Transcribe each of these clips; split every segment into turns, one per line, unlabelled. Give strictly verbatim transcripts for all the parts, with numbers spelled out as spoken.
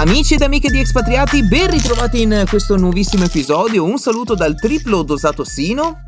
Amici ed amiche di Expatriati, ben ritrovati in questo nuovissimo episodio. Un saluto dal triplo dosato Sino.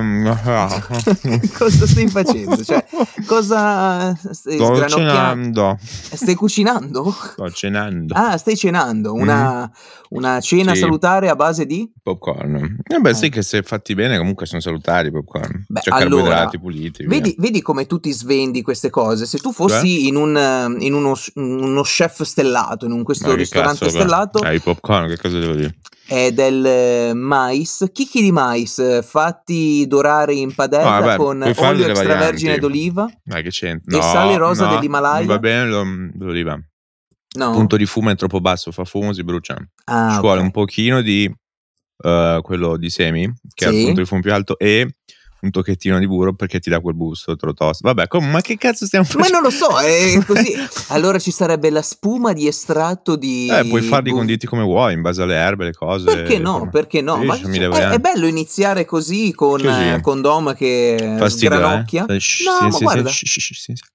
Cosa stai facendo? Cioè, cosa stai
Sto
sgranocchiando?
cenando.
Stai cucinando?
Sto cenando.
Ah, stai cenando. Una,
Mm.
una cena
Sì.
salutare a base di?
Popcorn. Eh beh,
Eh.
sì, che se fatti bene comunque sono salutari i popcorn.
Beh,
C'è
allora,
carboidrati puliti.
Vedi,
via.
vedi come tu ti svendi queste cose. Se tu fossi
Cioè?
in, un, eh, in uno, uno chef stellato, in un, questo
Ma che
ristorante
cazzo,
stellato,
ah, i popcorn, che cosa devo dire?
è del eh, mais, chicchi di mais eh, fatti dorare in
No,
padella
vabbè,
con
puoi fare
olio
delle
extravergine
varianti.
d'oliva
Ma che c'entra?
e sale
No,
rosa
no, non
dell'Himalaya.
va bene lo- l'oliva. Il
No?
punto di fumo è troppo basso, fa fumo, si brucia.
Ah,
Ci vuole
ok.
un pochino di eh, quello di semi, che ha il
Sì.
punto di fumo più alto, e un tocchettino di burro perché ti dà quel gusto, te lo tosta. Vabbè, com- ma che cazzo stiamo
Ma
facendo?
non lo so, è così. Allora ci sarebbe la spuma di estratto di...
Eh, puoi farli
bu-
conditi come vuoi, in base alle erbe, le cose.
Perché no?
per-
Perché no?
Sì,
Ma
ci sono mille
è, è
varianti.
bello iniziare così con,
Così.
eh, con Dom che
Fastidio,
sgranocchia.
eh? Shh,
No,
sì,
ma
sì,
guarda,
sì, shh, shh, sì, sì.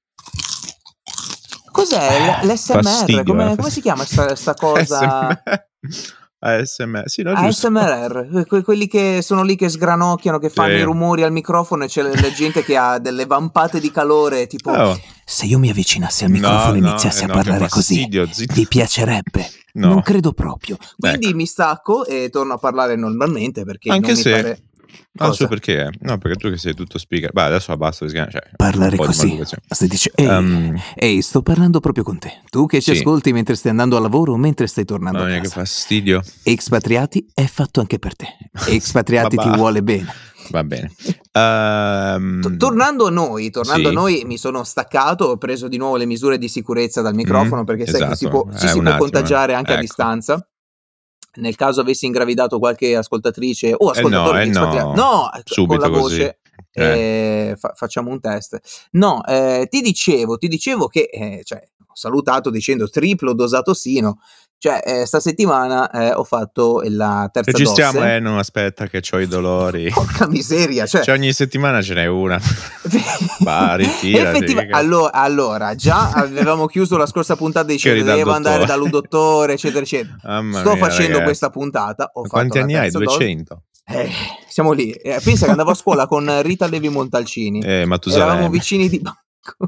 cos'è l- l'S M R?
Fastidio,
Come,
eh,
come si chiama sta, sta cosa?
A S M R. A S M R, sì, no, giusto.
A S M R, que- quelli che sono lì che sgranocchiano, che fanno
Sì.
i rumori al microfono e c'è la, la gente che ha delle vampate di calore, tipo
Oh.
se io mi avvicinassi al
No,
microfono e
no,
iniziassi
eh
a
no, che
parlare così,
fastidio, zitto.
ti piacerebbe?
No.
Non credo proprio. Quindi
Ecco.
mi stacco e torno a parlare normalmente perché
Anche
non mi
se
pare...
non so
Cosa?
perché, no, perché tu che sei tutto speaker. Beh, adesso basta, cioè,
Parlare
un po' di
così.
maleducazione.
Si dice, ehi,
Um,
ehi, sto parlando proprio con te. Tu che ci
sì.
ascolti mentre stai andando al lavoro o mentre stai tornando
Mamma
a
mia, che
casa.
fastidio.
Expatriati è fatto anche per te. Expatriati ti
Babà.
vuole bene.
Va bene.
To-
Ehm,
Tornando a noi, tornando
sì.
a noi, mi sono staccato, ho preso di nuovo le misure di sicurezza dal microfono
Mm,
perché sai che si
esatto,
può, ci
è
si
un
può
attimo,
contagiare anche a
ecco.
distanza. Nel caso avessi ingravidato qualche ascoltatrice o
Eh no,
ascoltatore
eh
di Expatriati,
no,
no, con
subito
la
così.
voce
Eh.
eh, fa- facciamo un test. No, eh, ti dicevo, ti dicevo che eh, cioè, ho salutato dicendo triplo dosato Sino. Cioè, eh, sta settimana eh, ho fatto la terza
Registriamo,
dose.
eh, no, aspetta che c'ho i dolori.
Porca miseria, cioè,
Cioè, ogni settimana ce n'è una. Va, ritirati.
Effettiva-
che cazzo.
allora, allora, già avevamo chiuso la scorsa puntata dicendo
eri dal
devo andare
dottore.
dal dottore, eccetera, eccetera.
Mamma
Sto
mia,
facendo
ragazzi.
questa puntata, ho
Ma
fatto
quanti
la
anni hai?
terza dose.
duecento?
Eh, siamo lì. Eh, pensa che andavo a scuola con Rita Levi Montalcini.
Eh, Matusalemme.
Eravamo vicini di banco.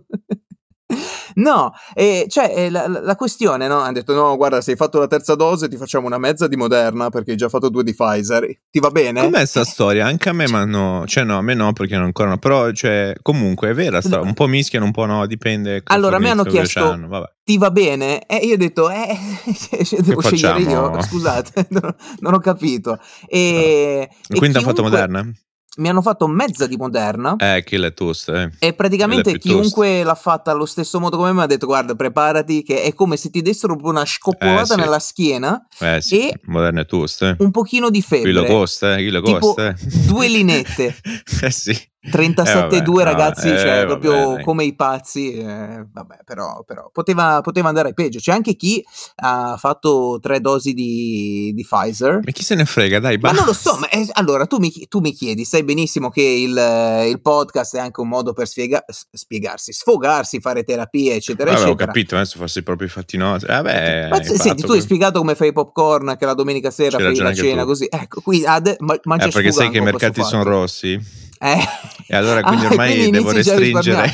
No, eh, cioè eh, la, la- la questione, no? Hanno detto no, guarda, se hai fatto la terza dose ti facciamo una mezza di Moderna perché hai già fatto due di Pfizer. Ti va bene?
Com'è sta
Eh,
storia? Anche a me, ma no, cioè no, a me no, perché non ancora no. Però, cioè, comunque è vera sta, un po' mischiano, un po' no, dipende.
Allora, a me hanno
cosa
chiesto
c'hanno, vabbè.
ti va bene? E io ho detto, eh, devo scegliere
facciamo?
io, scusate, non, non ho capito. E, e
Quindi hanno fatto
chiunque-
Moderna?
Mi hanno fatto mezza di Moderna.
Eh, che è toast, eh.
E praticamente
Quella è più toast.
chiunque l'ha fatta allo stesso modo come me mi ha detto guarda preparati che è come se ti dessero proprio una scoppolata
Eh, sì.
nella schiena
Eh sì,
e
Moderna è toast, eh.
un pochino di
Chi lo
febbre,
costa, eh? Chi lo
tipo
costa, eh?
due linette.
Eh sì.
trentasette
Eh,
e due
vabbè, no,
ragazzi,
eh,
cioè
vabbè,
proprio
dai.
come i pazzi, eh, vabbè però, però poteva, poteva andare peggio. C'è anche chi ha fatto tre dosi di, di Pfizer.
Ma chi se ne frega, dai,
Ma
basta.
non lo so, ma è- allora tu mi, tu mi chiedi, sai benissimo che il, eh, il podcast è anche un modo per spiega- s- spiegarsi, sfogarsi, fare terapie, eccetera,
Vabbè, ho
eccetera.
capito, adesso farsi i propri fatti nostri. Vabbè,
Ma
hai
se- senti,
fatto
tu hai
que-
spiegato come fai i popcorn, che la domenica sera
C'hai
fai
ragione
la
anche
cena
tu.
così. Ecco, qui ade- ma- mangia
Eh, perché sai che i
sfugan con
mercati
questo
sono
fatto.
rossi?
Eh.
E allora quindi
Ah,
ormai
quindi
devo
inizi già a
restringere.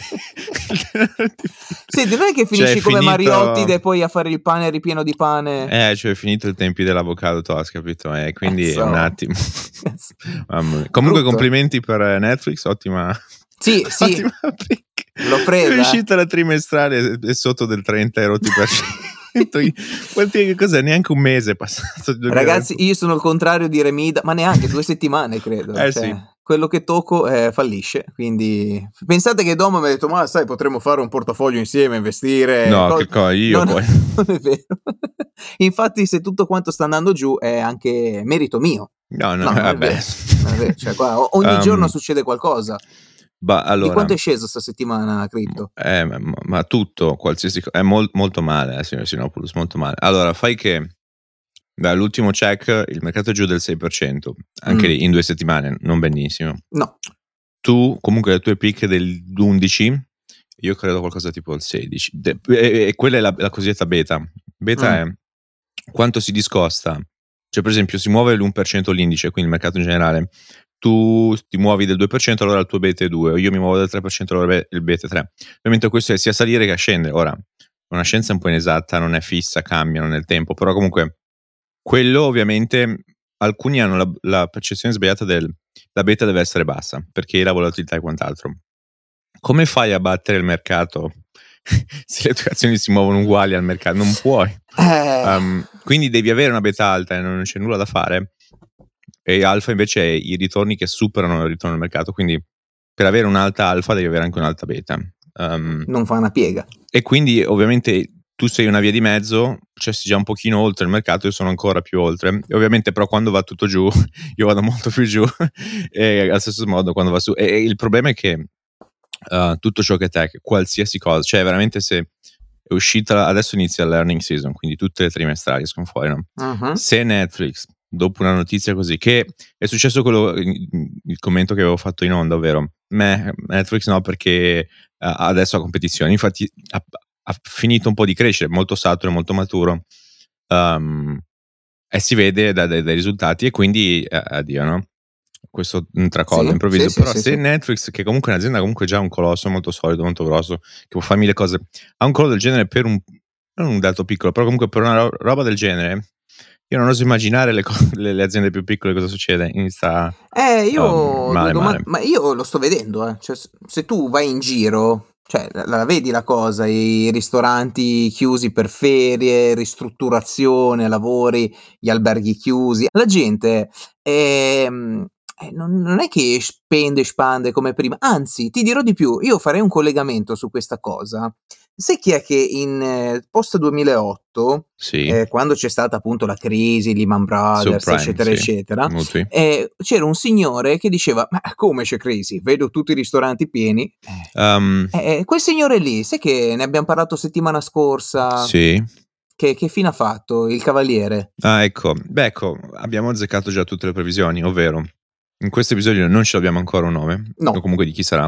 Senti, non è che finisci
Cioè, è
come
finito-
Mariottide e poi a fare il pane ripieno di pane.
Eh, cioè è finito il tempi dell'avocado toast, capito? Eh, quindi
Cazzo.
un attimo.
Cazzo.
Mamma mia. Comunque
Brutto.
complimenti per Netflix, ottima.
Sì, sì,
ottima break.
l'ho presa.
È uscita la trimestrale è sotto del trenta e rotti per cento. Vuol dire che cos'è? Neanche un mese è passato.
Ragazzi, io sono il contrario di Remida, ma neanche due settimane credo.
Eh,
cioè,
sì.
Quello che tocco eh, fallisce. Quindi pensate che Dom mi ha detto: ma sai, potremmo fare un portafoglio insieme, investire.
No,
cose".
che cosa? Io
non,
poi.
non è vero. Infatti, se tutto quanto sta andando giù, è anche merito mio.
No, no,
No, non è
vabbè.
vero, non è vero. Cioè, qua, ogni
Um,
giorno succede qualcosa.
Bah, allora,
Di quanto è sceso sta settimana cripto?
Eh, ma, ma tutto, qualsiasi cosa, è mol- molto male, eh, signor Sinopoulos, molto male. Allora, fai che dall'ultimo check il mercato è giù del sei per cento, anche
Mm.
lì in due settimane, non benissimo.
No.
Tu, comunque, le tue picche dell'undici, io credo qualcosa tipo il sedici. De- e, e quella è la, la cosiddetta beta. Beta
Mm.
è quanto si discosta, cioè per esempio si muove l'uno per cento l'indice, quindi il mercato in generale, tu ti muovi del due per cento, allora il tuo beta è due, o io mi muovo del tre per cento, allora il beta è tre. Ovviamente questo è sia a salire che a scendere. Ora, è una scienza un po' inesatta, non è fissa, cambiano nel tempo, però comunque quello ovviamente alcuni hanno la, la percezione sbagliata del la beta deve essere bassa, perché la volatilità e quant'altro. Come fai a battere il mercato se le tue azioni si muovono uguali al mercato? Non puoi.
Eh.
Um, quindi devi avere una beta alta e non c'è nulla da fare. E alfa invece è i ritorni che superano il ritorno al mercato, quindi per avere un'alta alfa devi avere anche un'alta beta. Um,
non fa una piega.
E quindi ovviamente tu sei una via di mezzo, cioè sei già un pochino oltre il mercato, io sono ancora più oltre. E ovviamente però quando va tutto giù, io vado molto più giù, e allo stesso modo quando va su. E, e il problema è che uh, tutto ciò che è tech, qualsiasi cosa, cioè veramente se è uscita, adesso inizia l'earning season, quindi tutte le trimestrali escono fuori, no? Uh-huh. Se Netflix, dopo una notizia così, che è successo quello, il commento che avevo fatto in onda, ovvero me, Netflix no, perché uh, adesso ha competizione, infatti ha, ha finito un po' di crescere, molto saturo, molto maturo, um, e si vede dai, dai, dai risultati, e quindi uh, addio, no? Questo un tracollo
sì,
improvviso,
sì,
però
sì,
se
sì.
Netflix, che comunque è un'azienda comunque già un colosso molto solido, molto grosso, che può fare mille cose, ha un crollo del genere per un, non un dato piccolo, però comunque per una ro- roba del genere, io non oso immaginare le, co- le, le aziende più piccole cosa succede, inizia
eh io
um, male,
doma-
male.
ma io lo sto vedendo, eh. Cioè, se tu vai in giro, cioè la, la vedi la cosa, i ristoranti chiusi per ferie, ristrutturazione, lavori, gli alberghi chiusi, la gente ehm, eh, non, non è che spende, spande come prima, anzi ti dirò di più, io farei un collegamento su questa cosa. Sai chi è che in eh, post duemilaotto,
Sì,
eh, quando c'è stata appunto la crisi, Lehman Brothers,
subprime,
eccetera,
sì,
eccetera,
mutui.
eh, c'era un signore che diceva: ma come c'è crisi? Vedo tutti i ristoranti pieni.
Um,
Eh, quel signore lì, sai che ne abbiamo parlato settimana scorsa?
sì.
Che, che fine ha fatto il cavaliere?
Ah, ecco, beh, ecco, abbiamo azzeccato già tutte le previsioni, ovvero in questo episodio non ce l'abbiamo ancora un nome,
No.
o comunque di chi sarà.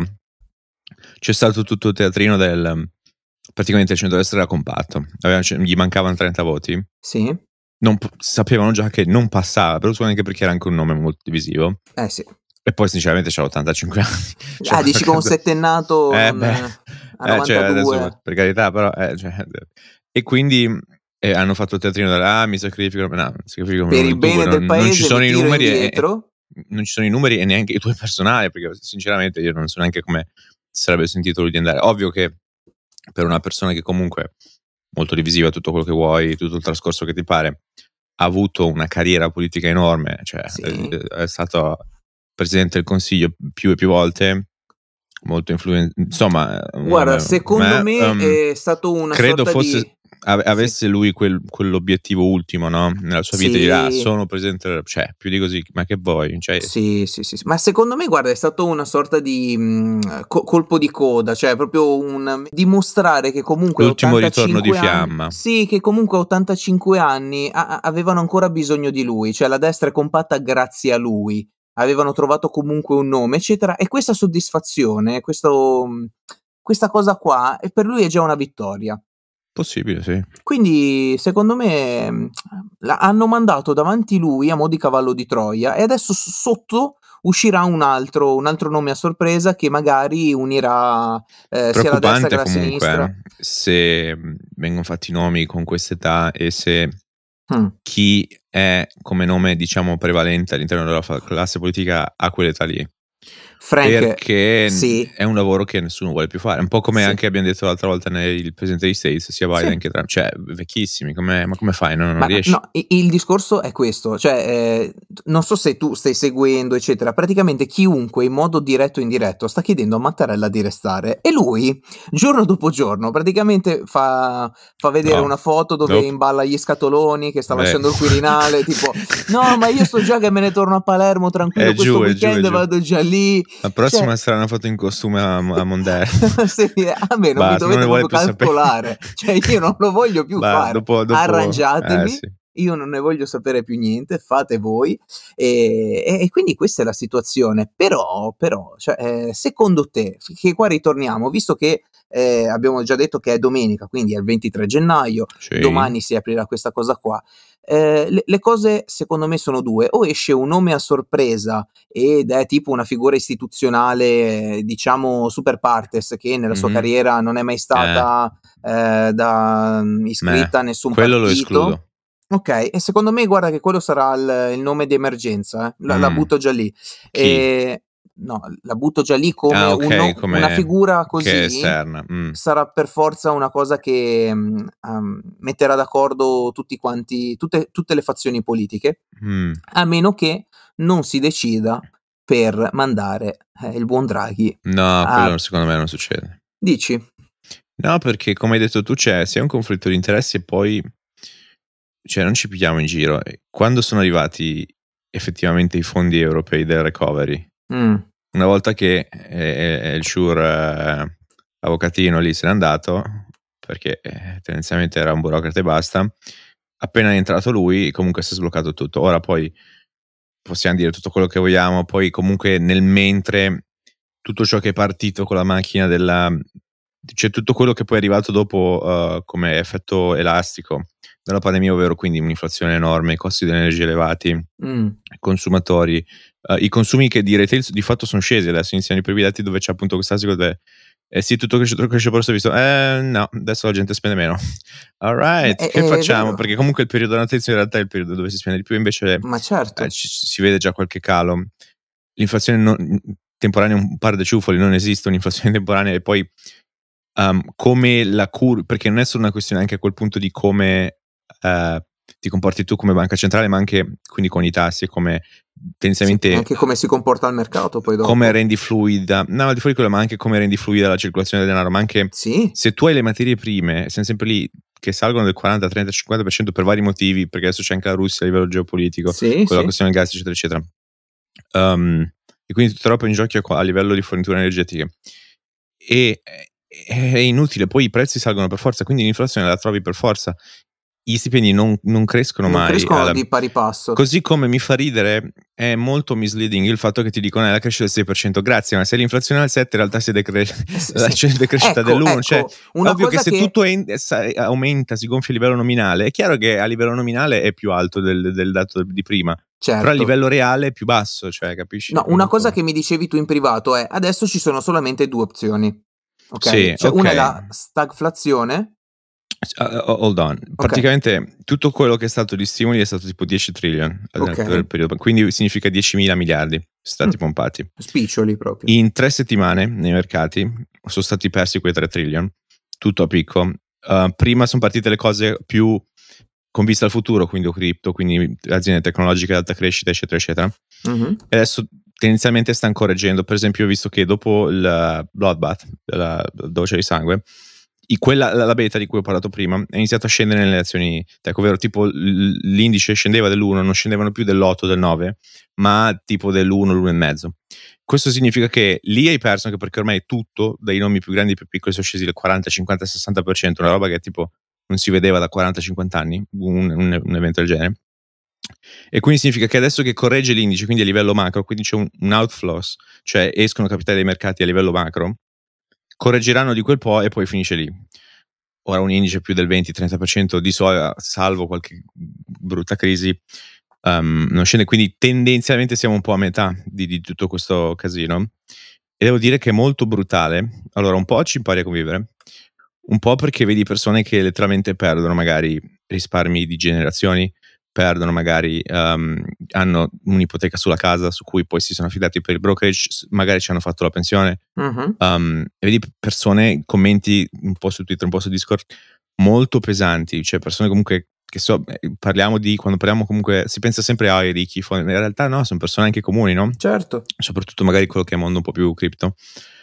C'è stato tutto il teatrino del, praticamente il centrodestra era compatto, aveva, cioè, gli mancavano trenta voti,
Sì.
non, sapevano già che non passava, però anche perché era anche un nome molto divisivo.
Eh sì.
E poi sinceramente c'ha ottantacinque anni. Cioè,
Ah, dici che un
cazzo...
settennato
eh,
non,
beh,
a
eh, cioè,
novantadue.
adesso, per carità, però... Eh, cioè, e quindi eh, hanno fatto il teatrino della ah, mi sacrifico, no, mi sacrifico
Per il
tu,
bene
non,
del paese
non ci sono
mi
i
tiro
numeri e,
indietro.
e, non ci sono i numeri e neanche i tuoi personali, perché sinceramente io non so neanche come si sarebbe sentito lui di andare. Ovvio che per una persona che comunque molto divisiva, tutto quello che vuoi, tutto il trascorso che ti pare, ha avuto una carriera politica enorme, cioè
Sì.
è, è stato presidente del consiglio più e più volte, molto influente, insomma,
Guarda,
nome,
secondo
me,
me
um,
è stato una
credo
sorta
fosse
di...
ave, avesse
sì.
lui quel, quell'obiettivo ultimo, no? Nella sua vita,
Sì.
dirà, sono presidente, cioè, più di così, ma che vuoi? Cioè,
Sì, sì, sì, sì. Ma secondo me, guarda, è stato una sorta di mh, co- colpo di coda, cioè proprio un dimostrare che comunque a
l'ultimo ritorno di
ottantacinque anni,
fiamma.
sì, che comunque a ottantacinque anni a- a- avevano ancora bisogno di lui, cioè la destra è compatta grazie a lui, avevano trovato comunque un nome, eccetera, e questa soddisfazione, questo, mh, questa cosa qua, e per lui è già una vittoria.
Possibile, sì.
Quindi secondo me mh, la- hanno mandato davanti lui a mo' di cavallo di Troia e adesso s- sotto uscirà un altro, un altro nome a sorpresa che magari unirà eh, sia la destra che
Preoccupante
la
comunque
sinistra.
eh, se mh, vengono fatti nomi con quest'età e se
Mm.
chi è come nome diciamo prevalente all'interno della fa- classe politica a quell'età lì,
Frank,
perché
sì,
è un lavoro che nessuno vuole più fare, un po' come
sì.
anche abbiamo detto l'altra volta nel presidente degli States, sia Biden
Sì.
che Trump, cioè vecchissimi, come, ma come fai? Non, non
Ma
riesci?
no, i- il discorso è questo, cioè eh, non so se tu stai seguendo, eccetera, praticamente chiunque in modo diretto o indiretto sta chiedendo a Mattarella di restare e lui, giorno dopo giorno, praticamente fa, fa vedere
No,
una foto dove
nope.
imballa gli scatoloni, che sta
Beh.
lasciando il Quirinale, tipo no ma io so già che me ne torno a Palermo tranquillo
È
questo
giù, è giù, è
weekend,
giù.
vado già lì.
La prossima
Cioè,
sarà una foto in costume a, a Mondello.
sì, a me non mi
Basta, non
dovete
ne vuole
proprio
più sapere.
calcolare, cioè io non lo voglio più
Bah,
fare,
dopo, dopo, eh
arrangiatemi.
sì.
io non ne voglio sapere più niente, fate voi. E, e quindi questa è la situazione. Però, però cioè, eh, secondo te, che qua ritorniamo, visto che eh, abbiamo già detto che è domenica, quindi è il ventitré gennaio,
Sì.
domani si aprirà questa cosa qua. Eh, le, le cose secondo me sono due: o esce un nome a sorpresa ed è tipo una figura istituzionale, diciamo super partes, che nella sua
Mhm.
carriera non è mai stata eh, da,
Meh,
iscritta a nessun
quello lo
partito.
escludo.
Ok, e secondo me guarda che quello sarà il, il nome di emergenza, eh. la, la
Mm.
butto già lì.
Chi?
E, no, la butto già lì come,
Ah,
un
ok,
no-
come
una figura
che
così
esterna. Mm.
sarà per forza una cosa che mm, um, metterà d'accordo tutti quanti, tutte, tutte le fazioni politiche,
Mm.
a meno che non si decida per mandare eh, il buon Draghi
No,
a...
quello secondo me non succede.
Dici?
No, perché come hai detto tu c'è sia un conflitto di interessi e poi, cioè, non ci pigliamo in giro. E quando sono arrivati effettivamente i fondi europei del recovery,
Mm,
una volta che eh, eh, il Sure eh, avvocatino lì se n'è andato, perché eh, tendenzialmente era un burocrate e basta, appena è entrato lui comunque si è sbloccato tutto. Ora poi possiamo dire tutto quello che vogliamo, poi comunque nel mentre tutto ciò che è partito con la macchina della, cioè tutto quello che poi è arrivato dopo uh, come effetto elastico della pandemia, ovvero quindi un'inflazione enorme, i costi dell'energia elevati,
mm.
i consumatori, uh, i consumi che di retail di fatto sono scesi, adesso iniziano i primi dati dove c'è appunto quest'astico dove eh sì, tutto cresce, tutto cresce, forse ho visto, eh no, adesso la gente spende meno. Alright,
Beh, è,
che
è
facciamo?
vero,
Perché comunque il periodo natalizio in realtà è il periodo dove si spende di più, invece
ma
eh,
certo.
ci- si vede già qualche calo. L'inflazione non- temporanea è un par de ciuffoli, non esiste un'inflazione temporanea e poi um, come la curva, perché non è solo una questione anche a quel punto di come uh, ti comporti tu come banca centrale, ma anche quindi con i tassi e come
Sì, e
tendenzialmente
anche come si comporta il mercato poi
come
dopo.
rendi fluida, no, al di fuori di quello, ma anche come rendi fluida la circolazione del denaro, ma anche
Sì,
se tu hai le materie prime, siamo sempre lì che salgono del quaranta, trenta, cinquanta per cento per vari motivi, perché adesso c'è anche la Russia a livello geopolitico,
sì,
con la
sì.
questione del gas, eccetera, eccetera. Um, e quindi tutta roba in gioco a livello di forniture energetiche. E è inutile, poi i prezzi salgono per forza, quindi l'inflazione la trovi per forza. Gli stipendi non, non crescono
Non
mai.
crescono
alla-
di pari passo.
Così come mi fa ridere, è molto misleading il fatto che ti dicono è la crescita del sei per cento. Grazie, ma se l'inflazione è al sette, in realtà si decre-
Eh, sì,
la
sì.
c- decrescita
Ecco,
dell'uno. Cioè,
ecco,
è
una
ovvio che
cosa
se
che...
tutto è in- sa- aumenta, si gonfia a livello nominale, è chiaro che a livello nominale è più alto del, del dato di prima, però a
Certo.
livello reale è più basso, cioè, capisci?
No, una cosa
Molto-
che mi dicevi tu in privato è: adesso ci sono solamente due opzioni,
Sì,
ok? Cioè una è la
ok.
stagflazione,
Uh, uh, hold on,
ok,
praticamente tutto quello che è stato di stimoli è stato tipo dieci trillion nel,
ok,
nel periodo, quindi significa diecimila miliardi stati
mm,
pompati.
spiccioli proprio.
In tre settimane nei mercati sono stati persi quei tre trillion, tutto a picco. Uh, prima sono partite le cose più con vista al futuro, quindi cripto, quindi aziende tecnologiche ad alta crescita, eccetera, eccetera.
Mhm.
E adesso tendenzialmente stanno correggendo. Per esempio, ho visto che dopo il bloodbath, la doccia di sangue, i- quella, la, la beta di cui ho parlato prima è iniziato a scendere nelle azioni tech, ovvero tipo l- l'indice scendeva dell'uno, non scendevano più dell'otto, del nove, ma tipo dell'uno, l'uno e mezzo. Questo significa che lì hai perso anche perché ormai tutto, dai nomi più grandi ai più piccoli, sono scesi del quaranta, cinquanta, sessanta per cento, una roba che tipo non si vedeva da quaranta cinquanta anni, un, un, un evento del genere. E quindi significa che adesso che corregge l'indice, quindi a livello macro, quindi c'è un, un outflows, cioè escono capitali dai mercati a livello macro, correggeranno di quel po' e poi finisce lì. Ora un indice più del venti-trenta per cento di soia, salvo qualche brutta crisi, um, non scende, quindi tendenzialmente siamo un po' a metà di, di tutto questo casino. E devo dire che è molto brutale. Allora, un po' ci impari a convivere, un po' perché vedi persone che letteralmente perdono magari risparmi di generazioni, perdono magari, um, hanno un'ipoteca sulla casa su cui poi si sono affidati per il brokerage, magari ci hanno fatto la pensione.
Mhm.
Um, e vedi persone, commenti un po' su Twitter, un po' su Discord, molto pesanti, cioè persone comunque che so, parliamo di, quando parliamo comunque si pensa sempre ai ricchi, in realtà no, sono persone anche comuni, no?
Certo.
Soprattutto magari quello che è un mondo un po' più cripto.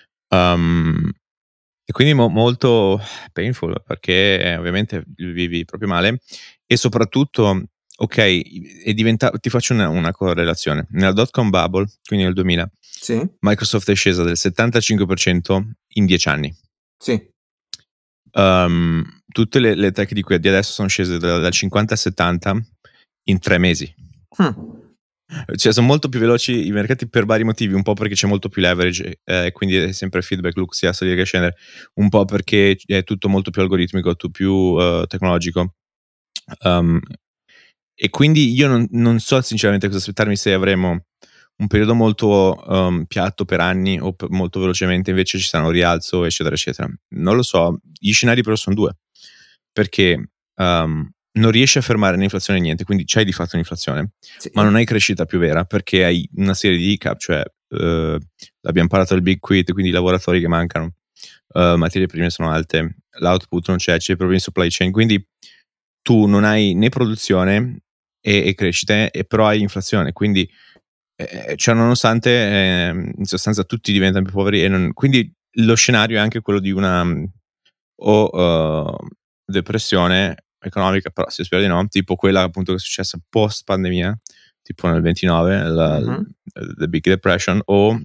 Um, e quindi mo- molto painful perché eh, ovviamente vivi proprio male e soprattutto, ok, è diventato, ti faccio una, una correlazione. Nella dot-com bubble, quindi nel duemila,
Sì,
Microsoft è scesa del settantacinque per cento in dieci anni.
sì.
Um, tutte le, le tech di, qui, di adesso sono scese da, dal cinquanta al settanta in tre mesi.
Mm.
Cioè sono molto più veloci i mercati per vari motivi, un po' perché c'è molto più leverage, eh, quindi è sempre feedback loop sia a salire che a scendere, un po' perché è tutto molto più algoritmico, tutto più uh, tecnologico. Um, e quindi io non, non so sinceramente cosa aspettarmi, se avremo un periodo molto um, piatto per anni o per molto velocemente invece ci sarà un rialzo, eccetera eccetera. Non lo so, gli scenari però sono due, perché um, non riesci a fermare l'inflazione niente, quindi c'hai di fatto un'inflazione,
Sì.
ma non hai crescita più vera perché hai una serie di hiccup, cioè uh, abbiamo parlato del big quit, quindi i lavoratori che mancano, uh, materie prime sono alte, l'output non c'è, c'è problemi di supply chain, quindi tu non hai né produzione e, e crescita, e però hai inflazione, quindi eh, cioè nonostante eh, in sostanza tutti diventano più poveri e non, quindi lo scenario è anche quello di una o uh, depressione economica, però si spera di no, tipo quella appunto che è successa post pandemia, tipo nel ventinove, la, mm-hmm. the Big Depression, o,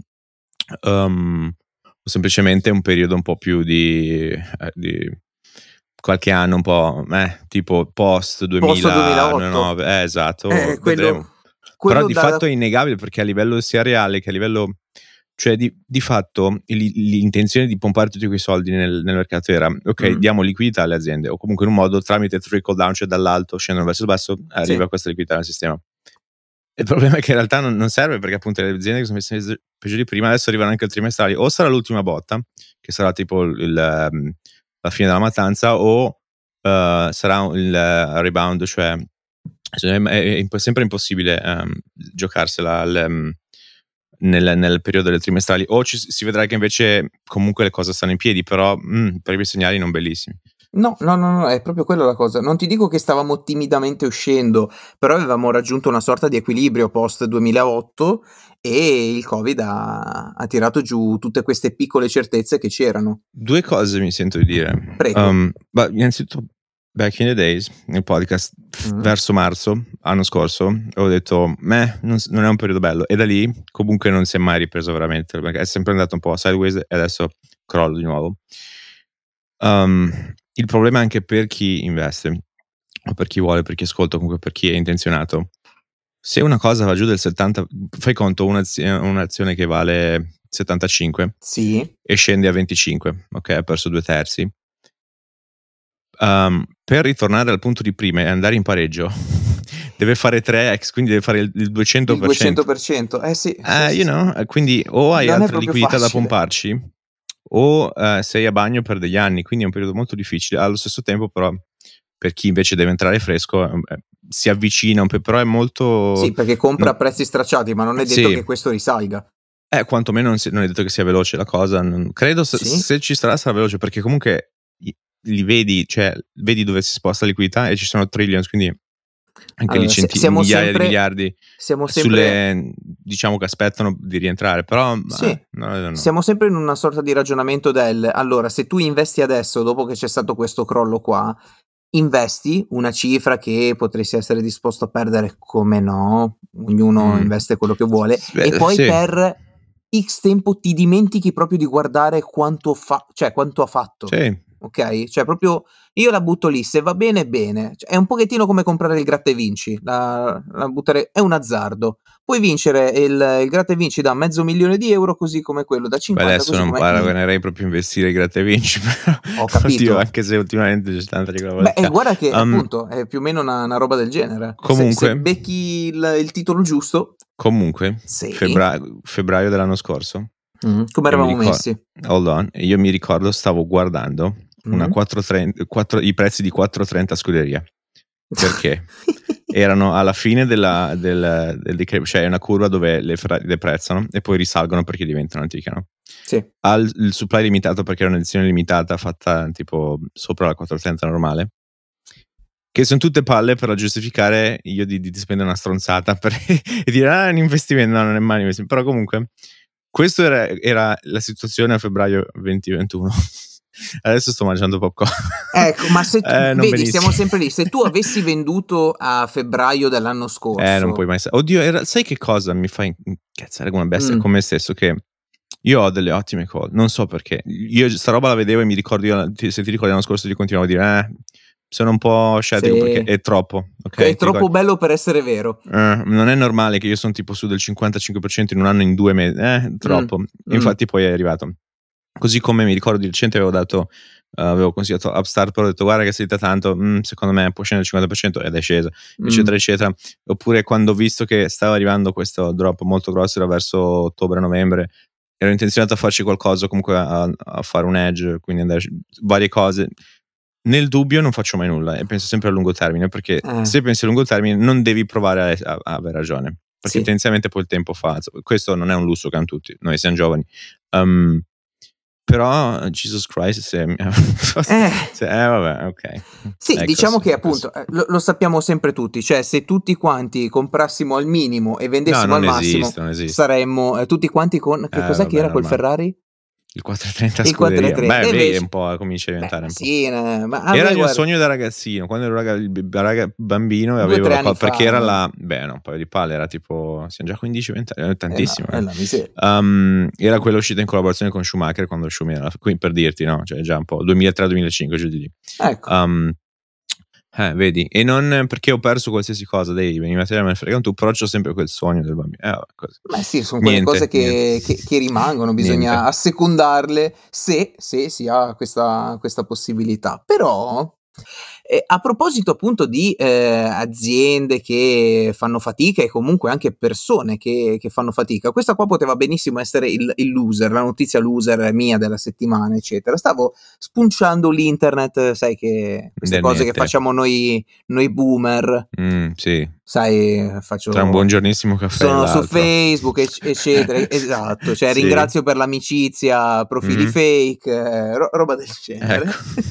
um, o semplicemente un periodo un po' più di, eh, di qualche anno un po' eh, tipo post duemilanove, eh, esatto,
eh, quello,
vedremo.
quello
Però di
da...
fatto è innegabile, perché a livello sia reale che a livello, cioè di, di fatto l'intenzione di pompare tutti quei soldi nel, nel mercato era ok, mm. diamo liquidità alle aziende, o comunque in un modo tramite trickle down, cioè dall'alto scendono verso il basso, arriva sì. questa liquidità nel sistema. Il problema è che in realtà non, non serve, perché appunto le aziende che sono messe peggio di prima adesso arrivano anche al trimestrali, o sarà l'ultima botta che sarà tipo il, il, la fine della mattanza, o uh, sarà il uh, rebound, cioè è, è, è sempre impossibile um, giocarsela al, um, nel, nel periodo delle trimestrali, o ci, si vedrà che invece comunque le cose stanno in piedi, però mm, per i segnali non bellissimi.
No, no, no, no, è proprio quella la cosa. Non ti dico che stavamo timidamente uscendo, però avevamo raggiunto una sorta di equilibrio post duemilaotto e il Covid ha, ha tirato giù tutte queste piccole certezze che c'erano.
Due cose mi sento di dire.
Prego.
Um, beh, innanzitutto, back in the days, nel podcast, mm. verso marzo, anno scorso, ho detto, meh, non, non è un periodo bello. E da lì comunque non si è mai ripreso veramente, perché è sempre andato un po' sideways e adesso crollo di nuovo. Um, il problema è anche per chi investe, o per chi vuole, per chi ascolta, comunque per chi è intenzionato. Se una cosa va giù del settanta, fai conto un'azione, un'azione che vale settantacinque,
sì,
e scende a venticinque, ok, ha perso due terzi. Um, per ritornare al punto di prima e andare in pareggio deve fare tre x, quindi deve fare il, il duecento per cento.
Il duecento per cento, eh sì.
Eh,
sì,
you know,
sì.
Quindi o hai
non
altra liquidità
facile.
da pomparci, o uh, sei a bagno per degli anni, quindi è un periodo molto difficile. Allo stesso tempo però per chi invece deve entrare fresco eh, si avvicina un po', però è molto...
Sì, perché compra no, a prezzi stracciati, ma non è detto
sì.
che questo risalga.
Eh, quantomeno non, si, non è detto che sia veloce la cosa, non, credo se, sì? se ci sarà sarà veloce, perché comunque li vedi, cioè vedi dove si sposta la liquidità e ci sono trillions, quindi anche allora, lì centi- migliaia sempre, di miliardi siamo sempre, sulle, diciamo che aspettano di rientrare, però
sì,
eh, no, no, no.
siamo sempre in una sorta di ragionamento del, allora se tu investi adesso dopo che c'è stato questo crollo qua, investi una cifra che potresti essere disposto a perdere, come no, ognuno mm. investe quello che vuole, Beh, e poi sì. per X tempo ti dimentichi proprio di guardare quanto fa, cioè quanto ha fatto.
Sì.
Ok? Cioè proprio io la butto lì, se va bene bene, cioè, è un pochettino come comprare il gratta e vinci, la, la buttare, è un azzardo, puoi vincere il, il gratta e vinci da mezzo milione di euro, così come quello da cinquanta.
Beh, adesso non paragonerei proprio investire il gratta e vinci, però
ho capito.
Oddio, anche se ultimamente c'è tanta ricola.
Beh, e guarda che um, appunto è più o meno una, una roba del genere.
Comunque,
se, se becchi il, il titolo giusto.
Comunque,
sì.
febbraio, febbraio dell'anno scorso,
mm, come eravamo
mi ricordo,
messi?
Hold on, io mi ricordo stavo guardando mm. una quattrocentotrenta, quattro, i prezzi di quattrocentotrenta scuderia, perché erano alla fine della, del, del, del cioè una curva dove le deprezzano e poi risalgono perché diventano antiche, no?
Sì.
Al il supply limitato, perché era un'edizione limitata fatta tipo sopra la quattrocentotrenta normale, che sono tutte palle per giustificare io di, di spendere una stronzata per, e dire ah è un investimento, no non è mai un investimento, però comunque questa era, era la situazione a febbraio duemilaventuno. Adesso sto mangiando popcorn.
Ecco, ma se tu, eh, vedi, benissimo. Siamo sempre lì. Se tu avessi venduto a febbraio dell'anno scorso,
eh, non puoi mai. Oddio, era, sai che cosa mi fa incazzare come una bestia mm. con me stesso? Che io ho delle ottime call, non so perché. Io sta roba la vedevo e mi ricordo, io, se ti ricordi l'anno scorso, ti continuavo a dire, eh, sono un po' scettico
Sì.
perché è troppo, ok?
Che è
Ti
troppo
ricordi-
bello per essere vero.
Eh, non è normale che io sono tipo su del cinquantacinque per cento in un anno, in due mesi, eh, troppo.
Mm,
Infatti poi è arrivato. Così come mi ricordo di recente avevo dato, uh, avevo consigliato Upstart, però ho detto guarda che è salita tanto, mm, secondo me può scendere al cinquanta per cento ed è scesa,
mm.
eccetera eccetera. Oppure quando ho visto che stava arrivando questo drop molto grosso, era verso ottobre-novembre, ero intenzionato a farci qualcosa, comunque a, a fare un edge, quindi andare varie cose. Nel dubbio non faccio mai nulla e penso sempre a lungo termine, perché
Eh.
se pensi a lungo termine non devi provare a, a, a avere ragione, perché
Sì.
tendenzialmente poi il tempo fa. Questo non è un lusso che hanno tutti, noi siamo giovani. Um, però Jesus Christ se,
Eh.
se eh vabbè, ok.
Sì,
ecco,
diciamo
sì,
che appunto eh, lo, lo sappiamo sempre tutti, cioè se tutti quanti comprassimo al minimo e vendessimo
no,
al
non
massimo
esiste, non esiste.
saremmo eh, tutti quanti con che
Eh,
cos'è
vabbè,
che era quel
normale.
Ferrari?
Il quattrocentotrenta
Il
scuderia.
quattrocentotrenta.
Beh,
E
vedi,
invece-
un po' comincia a diventare
Beh,
un po'.
sì, eh, ma a
Era
me,
il mio
guarda,
sogno da ragazzino, quando ero raga- raga- bambino e
Due,
avevo
tre
la
anni
cosa, perché
fa,
era
eh.
la beh, no, un paio di palle, era tipo siamo già quindici venti anni,
è la,
tantissimo.
è
eh.
la miseria.
Um, era quella uscita in collaborazione con Schumacher quando Schumacher era, quindi per dirti, no, cioè già un po' duemilatré duemilacinque giù di lì.
Ecco.
Um, eh, vedi, e non perché ho perso qualsiasi cosa, dei veniva a me ne frega tu, però c'ho sempre quel sogno del bambino. Eh, così.
Beh sì, sono quelle
Niente,
cose che,
niente.
che- che rimangono, bisogna
Niente.
assecondarle se, se si ha questa, questa possibilità. Però, eh, a proposito appunto di eh, aziende che fanno fatica e comunque anche persone che, che fanno fatica, questa qua poteva benissimo essere il, il loser, la notizia loser mia della settimana, eccetera. Stavo spunciando l'internet, sai che queste cose che
Nette.
facciamo noi, noi boomer,
Mm, sì.
sai, faccio
Tra un buongiornissimo caffè e
sono su
l'altro.
Facebook ec- eccetera esatto, cioè
Sì.
ringrazio per l'amicizia profili
Mhm.
fake, eh, ro- roba del genere.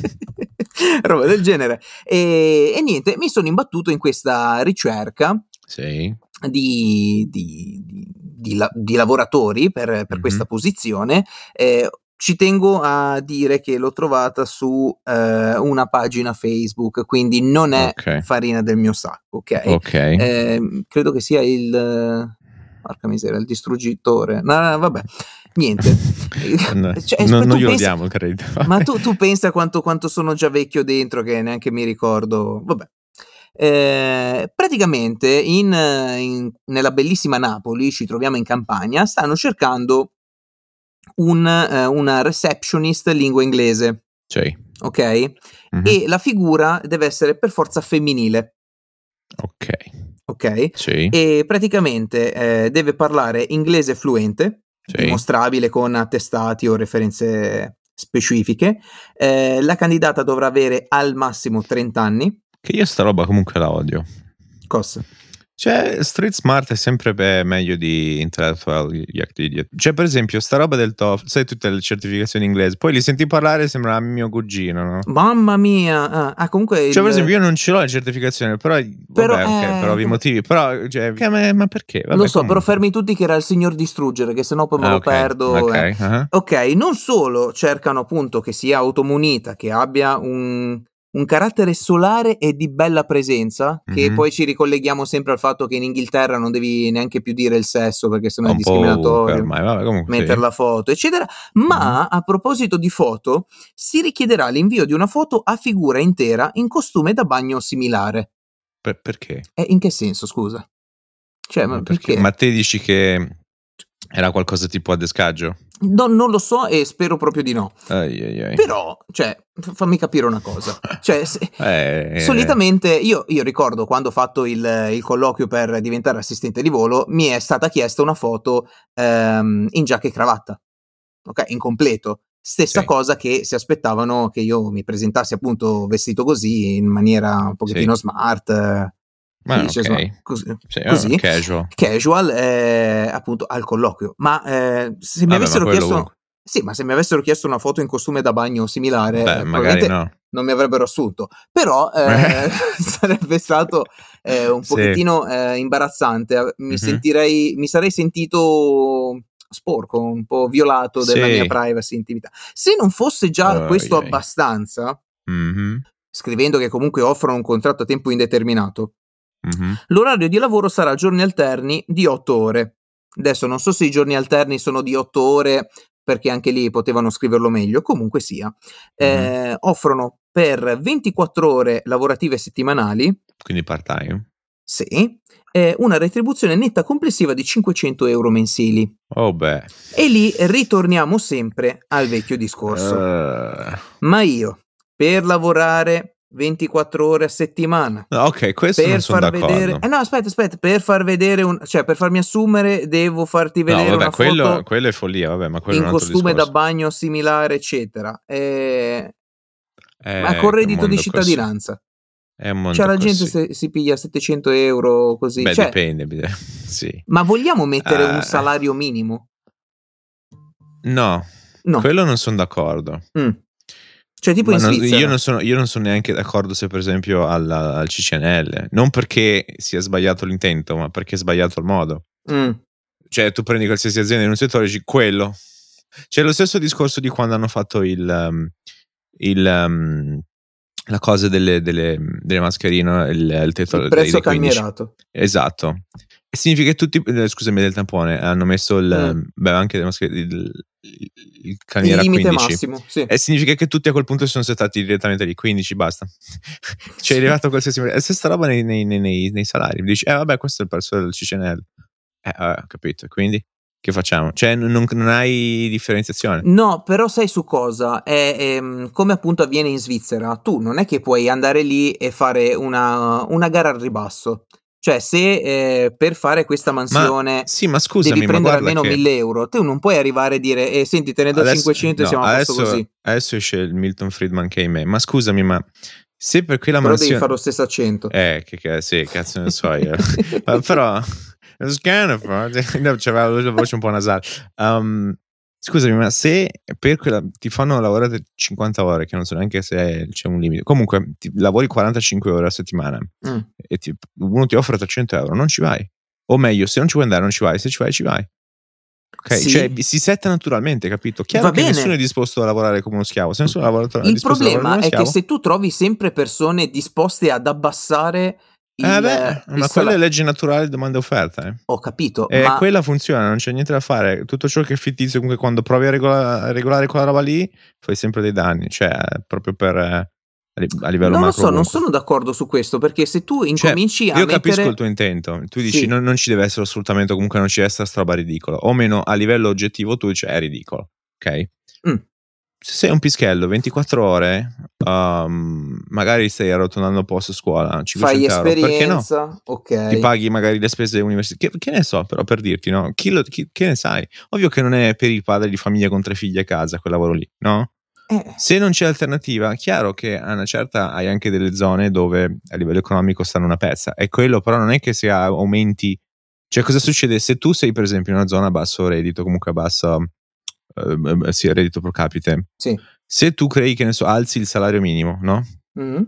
Ecco.
Roba del genere e, e niente, mi sono imbattuto in questa ricerca
Sì.
di, di, di, di la- di lavoratori per, per
Mhm.
questa posizione. eh, ci tengo a dire che l'ho trovata su eh, una pagina Facebook, quindi non è
Ok.
farina del mio sacco, ok?
Ok.
Eh, credo che sia il porca miseria, il distruggitore. No, no, vabbè, niente.
No,
Cioè,
non,
tu
non glielo
pensa-
diamo il credito.
ma tu, tu pensa quanto, quanto sono già vecchio dentro che neanche mi ricordo. Vabbè. Eh, praticamente in, in- nella bellissima Napoli, ci troviamo in Campania, stanno cercando un, eh, una receptionist lingua inglese,
Sì.
ok?
Mhm.
E la figura deve essere per forza femminile,
Ok.
ok?
Sì.
E praticamente eh, deve parlare inglese fluente,
Sì.
dimostrabile con attestati o referenze specifiche. Eh, la candidata dovrà avere al massimo trenta anni.
Che io sta roba comunque la odio.
Cosa?
Cioè, street smart è sempre beh, meglio di intellectual idiot. Cioè, per esempio, sta roba del TOEFL, sai tutte le certificazioni inglesi, poi li senti parlare sembra mio cugino, no?
Mamma mia! Ah, ah, comunque
Cioè,
il-
per esempio, io non ce l'ho la certificazione, però,
Però,
vabbè, ok,
eh,
per ovvi
come-
motivi, però, cioè, che- ma, ma perché? Vabbè,
lo so,
comunque.
però fermi tutti che era il signor Distruggere, che sennò poi me
Ah,
lo
ok,
perdo.
ok,
eh.
uh-huh.
Ok, non solo cercano appunto che sia automunita, che abbia un, un carattere solare e di bella presenza, che
Mhm.
poi ci ricolleghiamo sempre al fatto che in Inghilterra non devi neanche più dire il sesso perché sennò è
Un po' ovunque
discriminatorio,
ormai, vabbè, comunque sì.
mettere la foto, eccetera. Ma a proposito di foto, si richiederà l'invio di una foto a figura intera in costume da bagno similare.
Per- perché?
E in che senso, scusa? Cioè, ma
Ma
perché?
Ma te dici che era qualcosa tipo adescaggio?
No, non lo so e spero proprio di no.
Ai, ai, ai.
Però, cioè, f- fammi capire una cosa. Cioè, se-
Eh,
solitamente io, io ricordo quando ho fatto il, il colloquio per diventare assistente di volo, mi è stata chiesta una foto ehm, in giacca e cravatta, ok? In completo. Stessa
Sì.
cosa che si aspettavano che io mi presentassi appunto vestito così, in maniera un pochettino
Sì.
smart. eh,
Ma
si dice
ok.
smart, così,
Sì,
così.
oh, casual.
Casual eh, appunto al colloquio. Ma eh, se mi
Vabbè,
avessero
ma quello
chiesto
ovunque.
sì, ma se mi avessero chiesto una foto in costume da bagno similare,
Beh,
eh,
magari
probabilmente
no.
non mi avrebbero assunto. Però eh, sarebbe stato eh, un
Sì.
pochettino eh, imbarazzante. Mi
Mhm.
sentirei, mi sarei sentito sporco, un po' violato della
Sì.
mia privacy e intimità. Se non fosse già
Oh,
questo
yeah.
abbastanza,
Mhm.
scrivendo che comunque offrono un contratto a tempo indeterminato,
Mhm.
l'orario di lavoro sarà giorni alterni di otto ore. Adesso non so se i giorni alterni sono di otto ore, perché anche lì potevano scriverlo meglio, comunque sia. Eh, offrono per ventiquattro ore lavorative settimanali.
Quindi part-time?
Sì, eh, una retribuzione netta complessiva di cinquecento euro mensili.
Oh beh.
E lì ritorniamo sempre al vecchio discorso.
Uh...
Ma io, per lavorare ventiquattro ore a settimana,
no, ok, questo
per
non sono
far
d'accordo.
vedere, eh no, aspetta, aspetta, per far vedere un, cioè per farmi assumere devo farti vedere
no, vabbè,
una
quello,
foto
quello è follia, vabbè, ma quello
in
è un altro
costume da
discorso.
bagno similare, eccetera. Eh,
Eh,
ma con reddito di
così.
cittadinanza.
È un mondo
Cioè la
così.
gente se, si piglia settecento euro così.
Beh,
cioè,
dipende, sì.
Ma vogliamo mettere
uh...
un salario minimo?
No,
no.
quello non sono d'accordo.
Mm. Cioè tipo
Ma
in
non,
Svizzera.
Io non sono, io non sono neanche d'accordo se per esempio al, al C C N L, non perché sia sbagliato l'intento, ma perché è sbagliato il modo.
Mm.
Cioè tu prendi qualsiasi azienda in un settore e dici quello. C'è lo stesso discorso di quando hanno fatto il, um, il um, la cosa delle, delle, delle mascherine, il, il tetto
il prezzo
dei quindici.
calmierato.
Esatto. E significa che tutti, eh, scusami, del tampone hanno messo il,
mm.
beh, anche il, il, il
il
calmiera
limite
quindici.
Massimo, sì.
E significa che tutti a quel punto sono settati direttamente lì quindici, basta. Cioè è arrivato qualsiasi e stessa roba nei, nei, nei, nei salari. Dici, eh vabbè, questo è il prezzo del C C N L. Eh, vabbè, capito, quindi che facciamo? Cioè non, non hai differenziazione.
No, però sai su cosa? È, è come appunto avviene in Svizzera. Tu non è che puoi andare lì e fare una, una gara al ribasso. Cioè se eh, per fare questa mansione
ma, sì, ma scusami,
devi prendere
ma
almeno
che...
mille euro, tu non puoi arrivare a dire eh, senti te ne do
adesso,
cinquecento
no,
e siamo a
adesso,
posto così.
Adesso esce il Milton Friedman che è in me. Ma scusami, ma se per quella
però
mansione...
devi fare lo stesso accento.
Eh, che, che sì, cazzo ne so io. Ma, però... c'aveva la voce un po' nasale. Um, scusami, ma se per quella ti fanno lavorare cinquanta ore, che non so neanche se c'è un limite, comunque ti lavori quarantacinque ore a settimana
mm.
e ti, uno ti offre trecento euro, non ci vai. O meglio, se non ci vuoi andare, non ci vai, se ci vai, ci vai. Ok,
sì.
cioè si setta naturalmente, capito? Chiaro
Va
che
bene.
nessuno è disposto a lavorare come uno schiavo. Se nessuno lavorato,
il
è disposto a lavorare come
problema
uno
è
schiavo,
che se tu trovi sempre persone disposte ad abbassare il,
eh beh,
il
ma
sal-
quella è legge naturale domanda e offerta, eh.
Ho capito,
E
ma
quella funziona, non c'è niente da fare. Tutto ciò che è fittizio, comunque, quando provi a, regola- a regolare quella roba lì, fai sempre dei danni. Cioè, proprio per eh, a livello
non lo
macro.
so, non
ovunque.
sono d'accordo su questo, perché se tu incominci
cioè,
a
io
mettere...
capisco il tuo intento. Tu dici
sì.
non, non ci deve essere sfruttamento, comunque non ci deve essere sta roba ridicola. O meno a livello oggettivo tu dici è ridicolo, ok?
Mm.
Se sei un pischello ventiquattro ore, um, magari stai arrotondando posto a scuola, cinquecento
Fai
euro, perché no?
esperienza, ok.
Ti paghi magari le spese universitarie, che, che ne so, però per dirti, no? Chi lo, chi, che ne sai? Ovvio che non è per il padre di famiglia con tre figli a casa quel lavoro lì, no?
Eh.
Se non c'è alternativa, chiaro che a una certa hai anche delle zone dove a livello economico stanno una pezza, e quello però non è che se aumenti, cioè cosa succede se tu sei per esempio in una zona a basso reddito, comunque a basso eh, sì, reddito pro capite,
sì.
se tu crei che ne so, alzi il salario minimo, no?
Mm-hmm.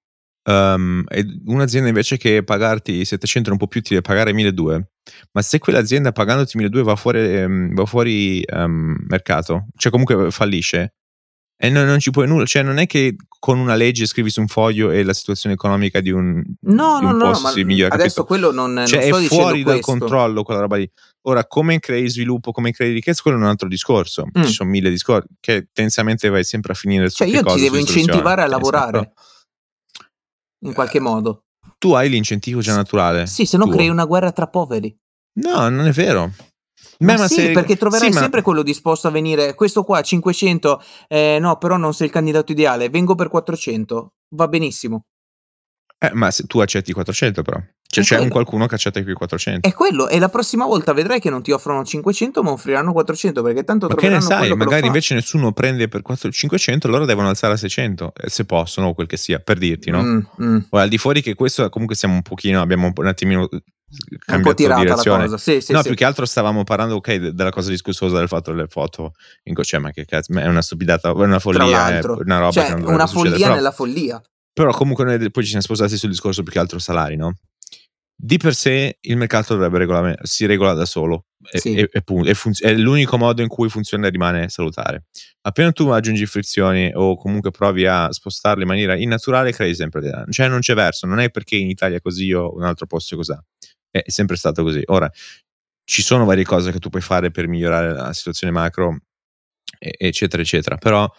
Um, e un'azienda invece che pagarti settecento non può più, ti deve pagare milleduecento, ma se quell'azienda pagandoti milleduecento va fuori, um, va fuori um, mercato, cioè comunque fallisce, e non, non ci puoi nulla, cioè non è che con una legge scrivi su un foglio e la situazione economica di un,
no,
di
no,
un
no,
posto
ma
si migliora,
adesso
capito?
quello non,
Cioè
non sto
è
dicendo
fuori dal
questo.
controllo quella roba lì. Ora, come crei sviluppo, come crei ricchezza, quello è un altro discorso.
Mm.
Ci sono mille discorsi che tendenzialmente vai sempre a finire su
cioè
che
io
cosa,
ti devo incentivare a
sì,
lavorare
so,
in qualche modo.
Tu hai l'incentivo già naturale.
Sì, se no
tuo.
crei una guerra tra poveri.
No, non è vero.
Ma,
Beh, ma
sì,
se...
perché troverai
sì, ma...
sempre quello disposto a venire. Questo qua cinquecento, eh, no, però non sei il candidato ideale. Vengo per quattrocento, va benissimo.
Eh, ma se tu accetti quattrocento, però cioè, c'è quello. Un qualcuno che accetta qui quattrocento.
È quello, e la prossima volta vedrai che non ti offrono cinquecento, ma offriranno quattrocento, perché tanto
ma
troveranno
che ne sai,
quello
magari
che
invece nessuno prende per cinquecento, allora devono alzare a seicento, se possono, o quel che sia, per dirti, no?
Mm, mm.
O al di fuori che questo comunque siamo un pochino, abbiamo un, po', un attimino cambiato
un po' tirata
direzione.
La cosa. Sì, sì,
no,
sì.
più che altro stavamo parlando, ok, della cosa discustosa del fatto delle foto in co- cioè, ma che cazzo, è una stupidata, è una follia, è una roba
cioè,
che non dovrebbe
una
succedere.
follia
Però,
nella follia.
Però comunque noi poi ci siamo sposati sul discorso più che altro salari, no? Di per sé il mercato dovrebbe regolare, si regola da solo,
sì.
e, e, e funz- è l'unico modo in cui funziona e rimane salutare. Appena tu aggiungi frizioni o comunque provi a spostarle in maniera innaturale, crei sempre dei danni. Cioè non c'è verso, non è perché in Italia è così o un altro posto è così, è sempre stato così. Ora, ci sono varie cose che tu puoi fare per migliorare la situazione macro, eccetera eccetera, però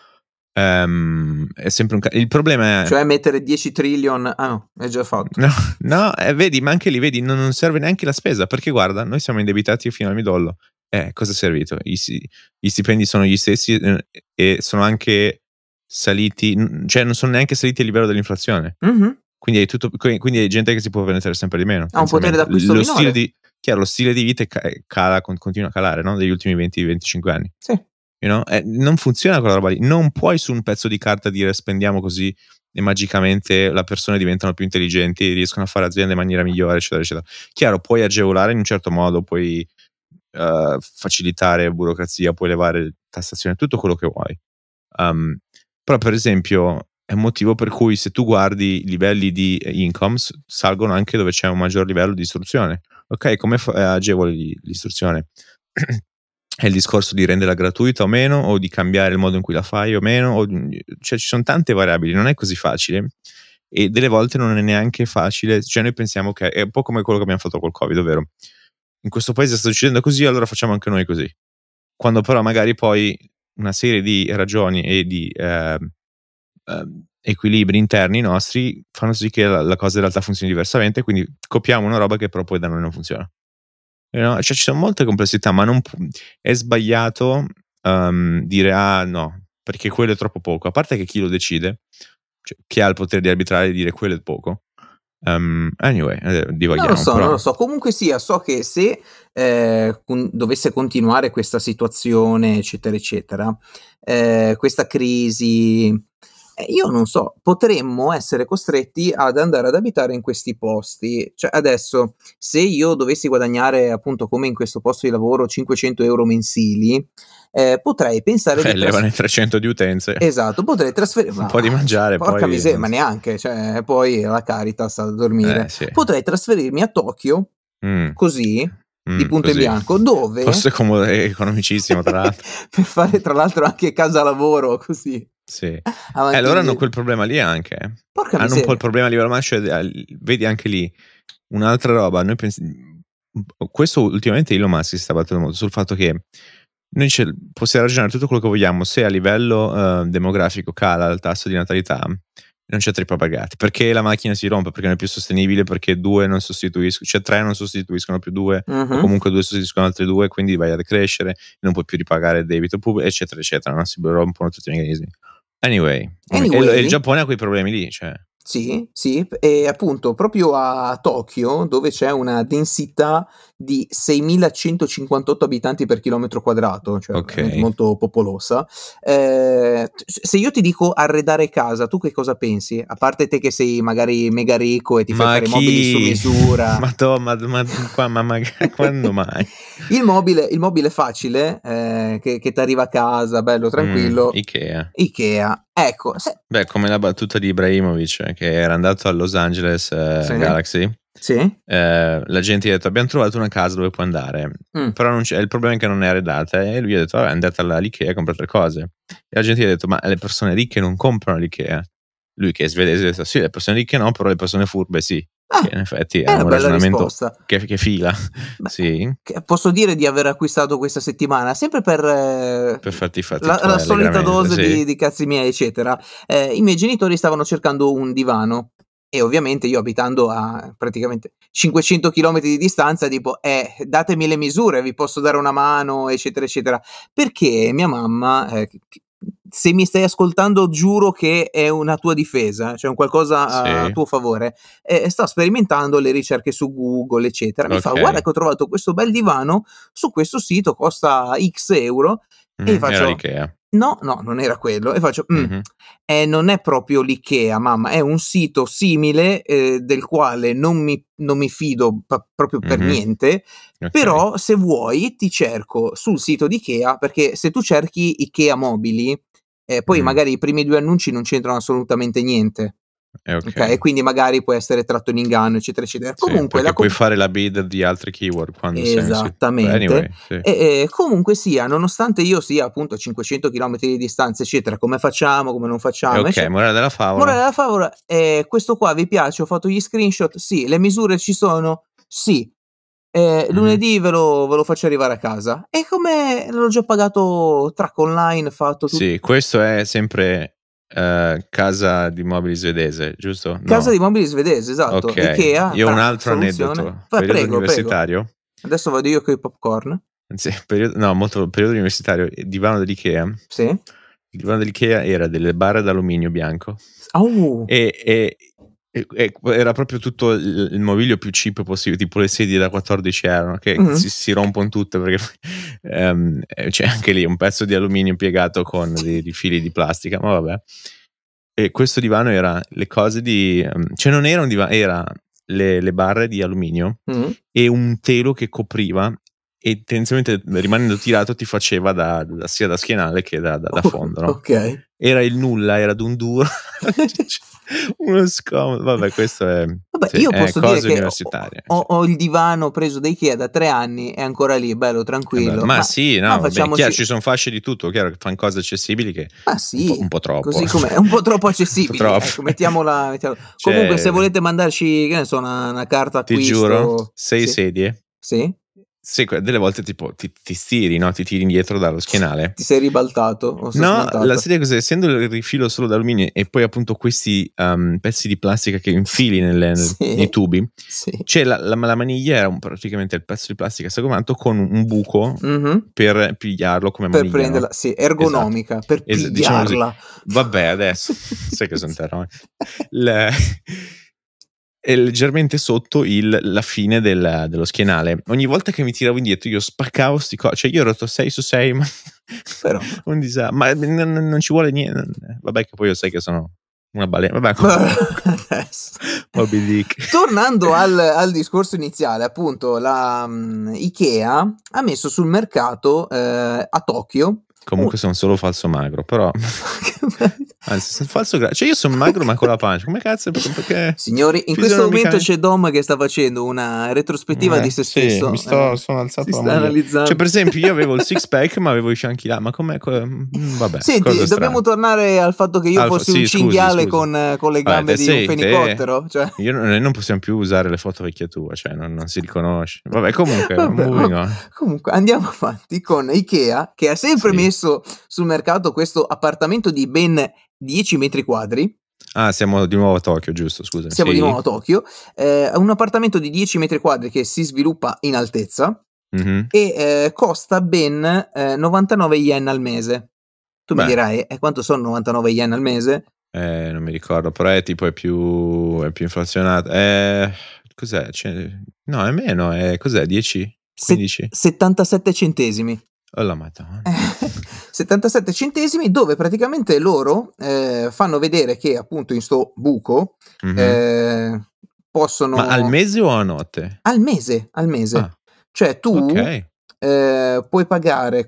ehm, è sempre un ca- il problema è
Cioè mettere dieci trillion, ah no, è già fatto.
no, no eh, vedi, ma anche lì vedi non, non serve neanche la spesa, perché guarda, noi siamo indebitati fino al midollo. Eh, cosa è servito? I, si- gli stipendi sono gli stessi, eh, e sono anche saliti, n- cioè non sono neanche saliti a livello dell'inflazione.
Mhm.
Quindi hai, tutto, quindi hai gente che si può permettere sempre di meno.
Ha un potere
tendenzialmente.
d'acquisto
Lo
minore.
stile di, chiaro, lo stile di vita ca- cala, con- continua a calare, no? Degli ultimi venti venticinque anni.
Sì.
You know? Eh, non funziona quella roba lì. Non puoi su un pezzo di carta dire spendiamo così e magicamente le persone diventano più intelligenti e riescono a fare aziende in maniera migliore, eccetera, eccetera. Chiaro, puoi agevolare in un certo modo, puoi uh, facilitare burocrazia, puoi levare tassazione, tutto quello che vuoi. Um, però, per esempio, è un motivo per cui se tu guardi i livelli di incomes salgono anche dove c'è un maggior livello di istruzione. Ok, come fa- eh, agevoli l'istruzione? È il discorso di renderla gratuita o meno, o di cambiare il modo in cui la fai o meno, o, cioè ci sono tante variabili, non è così facile e delle volte non è neanche facile, cioè noi pensiamo che è un po' come quello che abbiamo fatto col Covid, ovvero in questo paese sta succedendo così, allora facciamo anche noi così, quando però magari poi una serie di ragioni e di eh, eh, equilibri interni nostri fanno sì che la, la cosa in realtà funzioni diversamente, quindi copiamo una roba che però poi da noi non funziona. You know? Cioè ci sono molte complessità, ma non pu- è sbagliato um, dire ah no, perché quello è troppo poco. A parte che chi lo decide, cioè, chi ha il potere di arbitrare e dire quello è poco. Um, anyway, eh, divaghiamo.
Non lo so,
però.
non lo so. Comunque sia, so che se eh, con- dovesse continuare questa situazione, eccetera, eccetera, eh, questa crisi, eh, io non so, potremmo essere costretti ad andare ad abitare in questi posti. Cioè, adesso, se io dovessi guadagnare, appunto, come in questo posto di lavoro, cinquecento euro mensili, eh, potrei pensare
Beh,
di tras-
levano i trecento di utenze.
Esatto, potrei trasferirmi.
Un po' di mangiare,
Porca
poi
miseria, ma neanche, cioè, poi la Caritas a dormire.
eh, sì.
Potrei trasferirmi a Tokyo,
Mm.
così, di
Mm,
punto in
così.
bianco, dove
Posto è comodo, è economicissimo, tra l'altro.
per fare tra l'altro anche casa lavoro, così.
Sì. Eh,
Avanti
loro
e
hanno
indietro.
quel problema lì anche. eh.
Porca
Hanno un po'
miseria.
il problema a livello macro, cioè, vedi anche lì un'altra roba. Noi pens- questo ultimamente Elon Musk si sta battendo molto sul fatto che noi ce- possiamo ragionare tutto quello che vogliamo, se a livello eh, demografico cala il tasso di natalità, non c'è trippa pagati, perché la macchina si rompe, perché non è più sostenibile, perché due non sostituiscono, cioè tre non sostituiscono più due,
Mhm.
o comunque due sostituiscono altri due, quindi vai a decrescere, non puoi più ripagare il debito pubblico, eccetera, eccetera, no? Si rompono tutti i meccanismi. Anyway,
Anyway.
E, e il Giappone ha quei problemi lì, cioè.
Sì, sì, e appunto proprio a Tokyo, dove c'è una densità di seimilacentocinquantotto abitanti per chilometro quadrato, cioè
Ok.
veramente molto popolosa, eh, se io ti dico arredare casa, tu che cosa pensi? A parte te che sei magari mega ricco e ti fai
Ma
fare
chi?
mobili su misura.
ma, to, ma, ma, qua, ma, ma quando mai?
Il mobile, il mobile facile, eh, che, che ti arriva a casa, bello, tranquillo.
Mm, Ikea.
Ikea, ecco. Se...
Beh, come la battuta di Ibrahimovic, che era andato a Los Angeles eh,
Sì.
Galaxy.
Sì.
Eh, la gente gli ha detto abbiamo trovato una casa dove puoi andare,
Mm.
però non c'è, il problema è che non è arredata, e lui ha detto vabbè, è andata all'Ikea a comprare cose, e la gente gli ha detto ma le persone ricche non comprano l'Ikea. Lui che è svedese ha detto sì, le persone ricche no, però le persone furbe sì.
Ah,
Che in effetti
è
è
una
un
bella
ragionamento
risposta.
che, che fila.
Beh,
sì.
che posso dire di aver acquistato questa settimana, sempre per, eh,
Per farti fatti
la,
tuoi
la solita
allegramente,
dose
sì.
di, di cazzi miei, eccetera. Eh, I miei genitori stavano cercando un divano e ovviamente io, abitando a praticamente cinquecento chilometri di distanza, tipo, eh, datemi le misure, vi posso dare una mano, eccetera, eccetera. Perché mia mamma, eh, se mi stai ascoltando, giuro che è una tua difesa, cioè un qualcosa
Sì.
a tuo favore. Eh, sto sperimentando le ricerche su Google, eccetera. Mi
Ok.
fa, guarda che ho trovato questo bel divano su questo sito, costa X euro. E
Mm,
faccio,
era l'Ikea.
no, no, non era quello. E faccio, mm,
Mhm.
eh, non è proprio l'Ikea, mamma, è un sito simile, eh, del quale non mi, non mi fido pa- proprio per
Mhm.
niente.
Ok.
Però se vuoi ti cerco sul sito di Ikea, perché se tu cerchi Ikea mobili, eh, poi
Mm.
magari i primi due annunci non c'entrano assolutamente niente.
Eh, ok.
Ok, quindi magari può essere tratto in inganno, eccetera, eccetera.
Sì,
Comunque
perché
la com-
puoi fare la bid di altri keyword quando sei in sito.
Esattamente.
Anyway, sì.
E, e comunque sia, nonostante io sia appunto a cinquecento chilometri di distanza, eccetera, come facciamo, come non facciamo,
Eh, ok,
eccetera.
morale della favola.
Morale della favola, eh, questo qua vi piace? Ho fatto gli screenshot? Sì. Le misure ci sono? Sì. E
Mh-mh.
lunedì ve lo ve lo faccio arrivare a casa. E come l'ho già pagato track online, fatto tut
Sì, questo è sempre, ehm, casa di mobili svedese, giusto?
Casa
No.
di mobili svedese, esatto.
Okay.
IKEA,
Io ho un
tra
altro
soluzione.
aneddoto.
Va
Periodo
prego, prego.
universitario
Adesso vado io coi popcorn.
Sì, perio no, molto periodo universitario, il divano dell'IKEA.
Sì.
Il divano dell'IKEA era delle barre d'alluminio bianco
S oh!
e e e e era proprio tutto il il mobilio più cheap possibile, tipo le sedie da quattordici euro che
Mh-mh.
si si rompon tutte perché ehm, c'è anche lì un pezzo di alluminio piegato con dei dei fili di plastica, ma vabbè. E questo divano era le cose di ehm, cioè non era un diva era le le barre di alluminio
Mh.
e un telo che copriva e tendenzialmente rimanendo tirato ti faceva da da sia da schienale che da da da
Oh,
fondo, no,
okay.
era il nulla, era d'un duro, uno scomodo. Vabbè questo è
Vabbè,
sì,
io
è
posso dire
cose
che ho
universitarie,
ho
sì.
ho il divano preso da IKEA da tre anni, è ancora lì, bello
Eh beh,
tranquillo,
ma
ma
sì,
ma
no, vabbè, chiaro,
facciamoci
ci son fasce di tutto, chiaro che fan cose accessibili che
Ma
un po'
sì,
un po' troppo,
così com'è, un po' troppo
un po'
accessibili,
troppo.
ecco, mettiamola mettiamo comunque se
Cioè
volete mandarci, che ne so, una una carta
Ti giuro,
acquisto
sei
sì,
sedie
sì.
sì, que delle volte tipo ti ti stiri, no, ti tiri indietro dallo schienale.
Ti sei ribaltato o s'è
No, la
smontato?
sedia cos'è, essendo il rifilo solo d'alluminio e poi appunto questi, uhm, pezzi di plastica che infili nelle nel nei
Sì,
tubi,
sì.
c'è la la la maniglia era un praticamente il pezzo di plastica sagomato con un buco
Mh-mh.
per pigliarlo come
Per
maniglia, no,
prenderla sì,
esatto.
ergonomica, per
Es diciamo così.
pigliarla.
Vabbè adesso, sai che son terroni. Il è leggermente sotto il la fine del dello schienale. Ogni volta che mi tiravo indietro io spaccavo 'sti co cioè io ero rotto sei su sei, ma
Però
un disa ma n n non ci vuole nie vabbè che poi io sai che sono una balena, vabbè comunque
Adesso
Moby Dick.
tornando al al discorso iniziale, appunto la, mhmm, IKEA ha messo sul mercato, ehm, a Tokyo un
Comunque son solo falso magro, però
Che bello.
anzi son falso gra cioè io son magro ma con la pancia, come cazzo perché
Signori, in questo momento
fisionomicamente
c'è Dom che sta facendo una retrospettiva di
Eh
se
sì, mi
stesso,
sto
ehm,
sono
si
alzato la
sta
maglia. Cioè
analizzando.
per esempio io avevo il six pack ma avevo i fianchi là, ma com'è co mhmm, vabbè, cose
Senti, dobbiamo
strane.
tornare al fatto che io
Alfa
fossi un
sì, scusi,
cinghiale
scusi.
con con le
Vabbè
gambe
te
di un
sei te
fenicottero? Cioè
io noi non possiam più usare le foto vecchie tue, cioè non non si riconosce. Vabbè comunque
Vabbè,
moving
vabbè.
on.
Comunque andiamo avanti con IKEA, che ha sempre
Sì.
messo sul mercato questo appartamento di ben dieci metri quadri.
Ah, siamo di nuovo a Tokyo, giusto, scusami,
Siamo di
sì?
nuovo a Tokyo, ehm, un appartamento di dieci metri quadri che si sviluppa in altezza
Mh-mh.
e, ehm, costa ben, ehm, novantanove yen al mese. Tu mi
Beh.
dirai: "E quanto son novantanove yen al mese?"
Eh, non mi ricordo, però è tipo è più è più inflazionata. Ehm, cos'è? Ce no è meno, è cos'è dieci?
Set
quindici?
settantasette centesimi.
Oh la madonna.
settantasette centesimi dove praticamente loro, ehm, fanno vedere che appunto in 'sto buco,
Mh-mh.
ehm,
Ma al
possono
mese o a notte?
Al mese, al mese.
Ah,
Cioè tu,
okay.
ehm, puoi pagare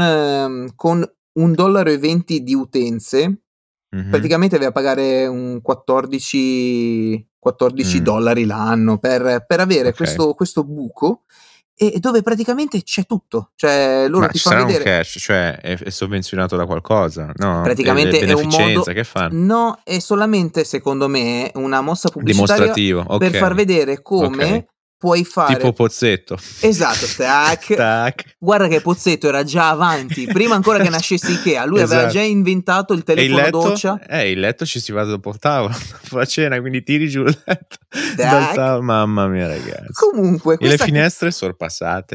con con un dollaro e venti di utenze,
Mh-mh.
praticamente vai a pagare un quattordici quattordici
Mh.
dollari l'anno per per avere
Okay.
questo questo buco, e dove praticamente c'è tutto. Cioè loro
Ma
ti
ci
fan
sarà un
vedere
cash, cioè è f è sovvenzionato da qualcosa, no? È è
Praticamente è un
beneficenza,
modo
che fan?
no, è solamente secondo me una mossa pubblicitaria
Dimostrativo,
per far
okay.
vedere
Okay.
come puoi
Tipo
fare
Pozzetto.
esatto, tac.
Tac.
Guarda che Pozzetto era già avanti, prima ancora che nascesse IKEA, lui aveva già
Esatto.
inventato il
E il
telefono
letto?
doccia.
Eh, il letto ci si va dopo il tavolo, dopo la cena, quindi tiri giù il letto dal
Tac.
tavo mamma mia ragazzi.
Comunque
E le
questa c
finestre sorpassate.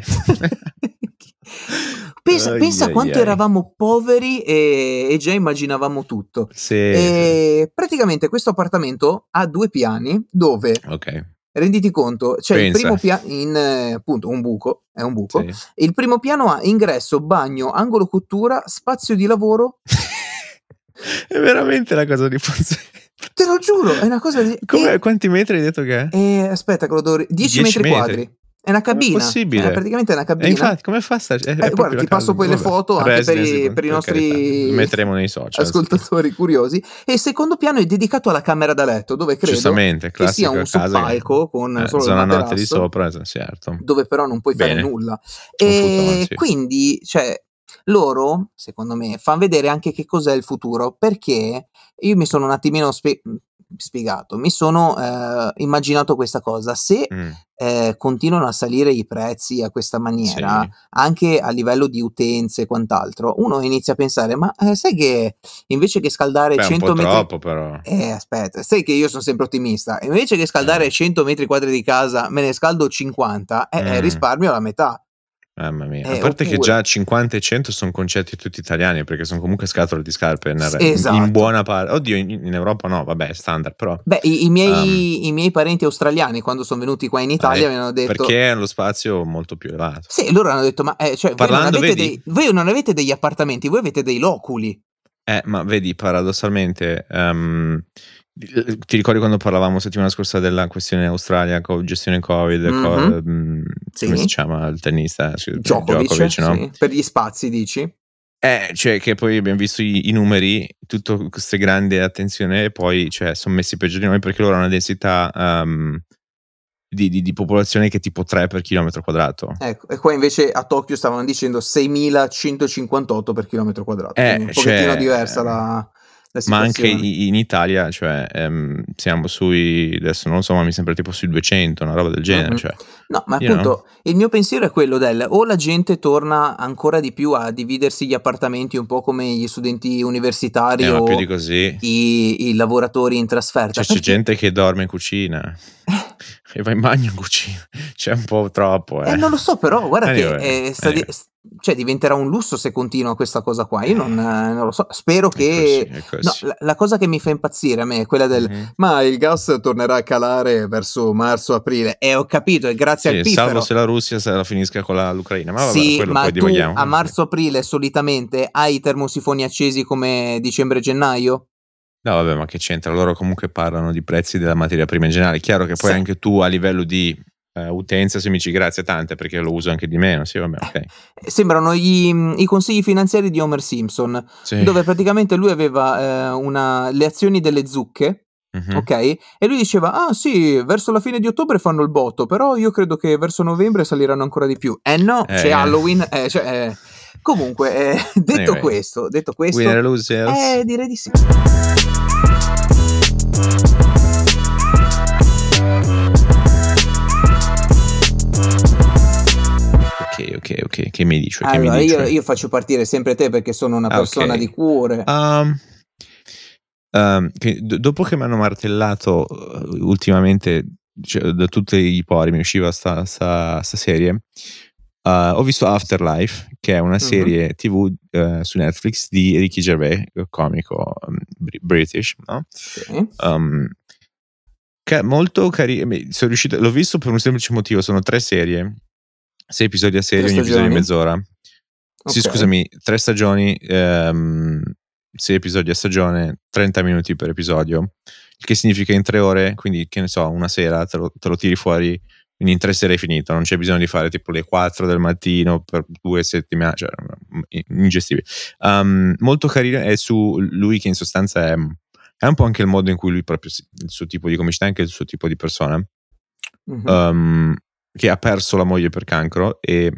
Pensa
Ahi,
pensa
ahi,
quanto
ahi.
eravamo poveri e e già immaginavamo tutto.
Sì, sì.
Ehm, praticamente questo appartamento ha due piani dove,
Okay.
renditi conto, c'è il
Pensa.
primo pia in appunto un buco, è un buco,
Sì.
il primo piano ha ingresso, bagno, angolo cottura, spazio di lavoro
È veramente la casa di Pozzetto.
Te lo giuro, è una cosa di
Come
e
quanti metri hai detto che è?
ehm, aspetta che lo devo ri dieci
dieci
metri
metri?
quadri. È una
Com'è
cabina, cioè
possibile?
praticamente è una
E
cabina.
infatti come fa a starci? È è
Eh, guarda,
proprio la
ti
casa
passo poi le
vabbè.
foto anche per
Residence
i per i
per carità, lo
nostri
metteremo nei social, sì.
ascoltatori curiosi. E il secondo piano è dedicato alla camera da letto, dove credo
Giustamente,
che sia un
classica casa che
soppalco con
eh,
solo il
zona notte di
materasso,
sopra, es certo.
dove però non puoi fare
Bene.
nulla.
Un futon,
E
sì.
quindi, cioè, loro, secondo me, fan vedere anche che cos'è il futuro, perché io mi sono un attimino spe mhmm, spiegato, mi sono eh, immaginato questa cosa: se
Mm,
eh, continuano a salire i prezzi a questa maniera,
sì,
anche a livello di utenze e quant'altro, uno inizia a pensare, ma eh, sai che invece che scaldare
beh, un po'
cento metri...
troppo però.
Eh, aspetta, sai che io sono sempre ottimista. Invece che scaldare
Eh,
cento metri quadri di casa, me ne scaldo cinquanta, eh, eh,
mm,
risparmio la metà.
mamma mia. A
Eh,
parte che
oppure...
già cinquanta e cento sono concetti tutti italiani, perché sono comunque scatole di scarpe nel- in, in
Esatto.
buona parte. Oddio, in, in Europa no, vabbè, è standard, però.
Beh, i, i
um,
miei, i miei parenti australiani, quando sono venuti qua in Italia,
eh,
mi hanno detto...
perché è lo spazio molto più elevato.
Sì, loro hanno detto, ma eh, cioè, voi non
Parlando,
avete
vedi?
dei, voi non avete degli appartamenti, voi avete dei loculi.
Eh, ma vedi, paradossalmente, ehm, ti ricordi quando parlavamo settimana scorsa della questione Australia, co- gestione Covid, co-
Mhm.
ehm, come si
Sì.
chiama il tennista? Scusa,
Djokovic,
Djokovic, no?
sì. Per gli spazi, dici?
Eh, cioè che poi abbiamo visto i, i numeri, tutte queste grandi attenzione e poi cioè, sono messi peggio di noi perché loro hanno una densità ehm, di, di- di popolazione che è tipo tre per chilometro quadrato.
Ecco, e qua invece a Tokyo stavano dicendo seimilacentocinquantotto per chilometro quadrato,
Eh,
quindi un pochettino
cioè,
diversa la, la
ma anche
situazione.
i- in Italia, cioè, ehm, siamo sui, adesso non lo so, ma mi sembra tipo sui duecento, una roba del genere,
Mhm.
cioè,
No, ma
you know?
appunto il mio pensiero è quello del o la gente torna ancora di più a dividersi gli appartamenti un po' come gli studenti universitari
Eh, ma più di
o
così,
i, i lavoratori in trasferta,
cioè, c'è
perché
gente che dorme in cucina e va in bagno in cucina, c'è un po' troppo,
eh,
eh.
non lo so, però guarda che
Anyway,
eh, sta di-
anyway,
s- cioè, diventerà un lusso se continua questa cosa qua. Io non, eh, non lo so, spero
è così,
che...
è
No,
così.
la, la cosa che mi fa impazzire a me è quella del
Mhm.
ma il gas tornerà a calare verso marzo-aprile. E ho capito, è grazie al
Sì, salvo
piffero.
se la Russia se la finisca con la- l'Ucraina, ma vabbè,
Sì,
quello
ma
poi
tu
divaghiamo.
a
Eh, sì.
marzo-aprile solitamente hai i termosifoni accesi come dicembre-gennaio?
No, vabbè, ma che c'entra? Loro comunque parlano di prezzi della materia prima in generale. È chiaro che poi
Sì.
anche tu a livello di eh, utenza, se mi dici grazie tante perché lo uso anche di meno, sì, vabbè, ok.
Sembrano gli, i consigli finanziari di Homer Simpson,
Sì.
dove praticamente lui aveva eh, una, le azioni delle zucche,
Mhm.
ok? E lui diceva, ah sì, verso la fine di ottobre fanno il botto, però io credo che verso novembre saliranno ancora di più. Eh no, c'è
Eh, eh.
Halloween, eh, cioè, eh. Comunque, eh, detto
Anyway,
questo, detto questo,
winner losers.
eh, direi di sì.
Ok, ok, ok. Che mi dici? Che mi
Allora,
dici?
io, io faccio partire sempre te perché sono una
Ah,
persona di
ok.
cuore.
Um, um, che do- dopo che mi hanno martellato uh, ultimamente, cioè, da tutti i pori mi usciva sta, sta, sta serie. Uh, ho visto Afterlife, che è una
Mhm,
serie tivù uh, su Netflix di Ricky Gervais, comico um, br- British, no?
sì.
Um, che è molto carino. Sono riuscito, l'ho visto per un semplice motivo: sono tre serie, sei episodi a
Tre
serie, ogni episodio di
stagioni?
mezz'ora. Sì,
Ok.
scusami, tre stagioni, ehm, sei episodi a stagione, trenta minuti per episodio, il che significa in tre ore, quindi che ne so, una sera te lo, te lo tiri fuori, quindi in tre sere è finito, non c'è bisogno di fare tipo le quattro del mattino per due settimane, cioè ingestibile. Um, molto carino è su lui che in sostanza è, è un po' anche il modo in cui lui proprio, il suo tipo di comicità, anche il suo tipo di persona,
Mhm.
um, che ha perso la moglie per cancro e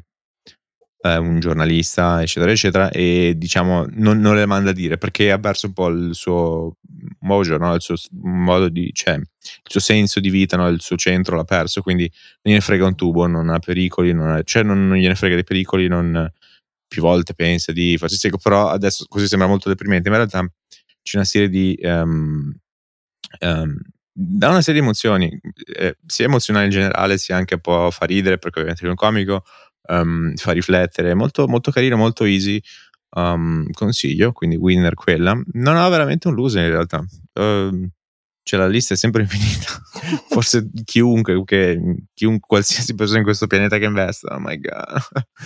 è un giornalista, eccetera, eccetera, e diciamo non, non le manda a dire perché ha perso un po' il suo mojo, no? Il suo modo di, cioè, il suo senso di vita, no? Il suo centro l'ha perso, quindi non gliene frega un tubo, non ha pericoli, non ha, cioè non, non gliene frega dei pericoli, non più volte pensa di farsi secco, però adesso così sembra molto deprimente, ma in realtà c'è una serie di um, um, da una serie di emozioni, eh, sia emozionale in generale, sia anche un po' fa ridere perché ovviamente è un comico, um, fa riflettere, molto, molto carino, molto easy, um, consiglio, quindi winner quella. Non ha veramente un loser in realtà, uh, cioè la lista è sempre infinita, forse chiunque, che, chiunque, qualsiasi persona in questo pianeta che investa, oh my god,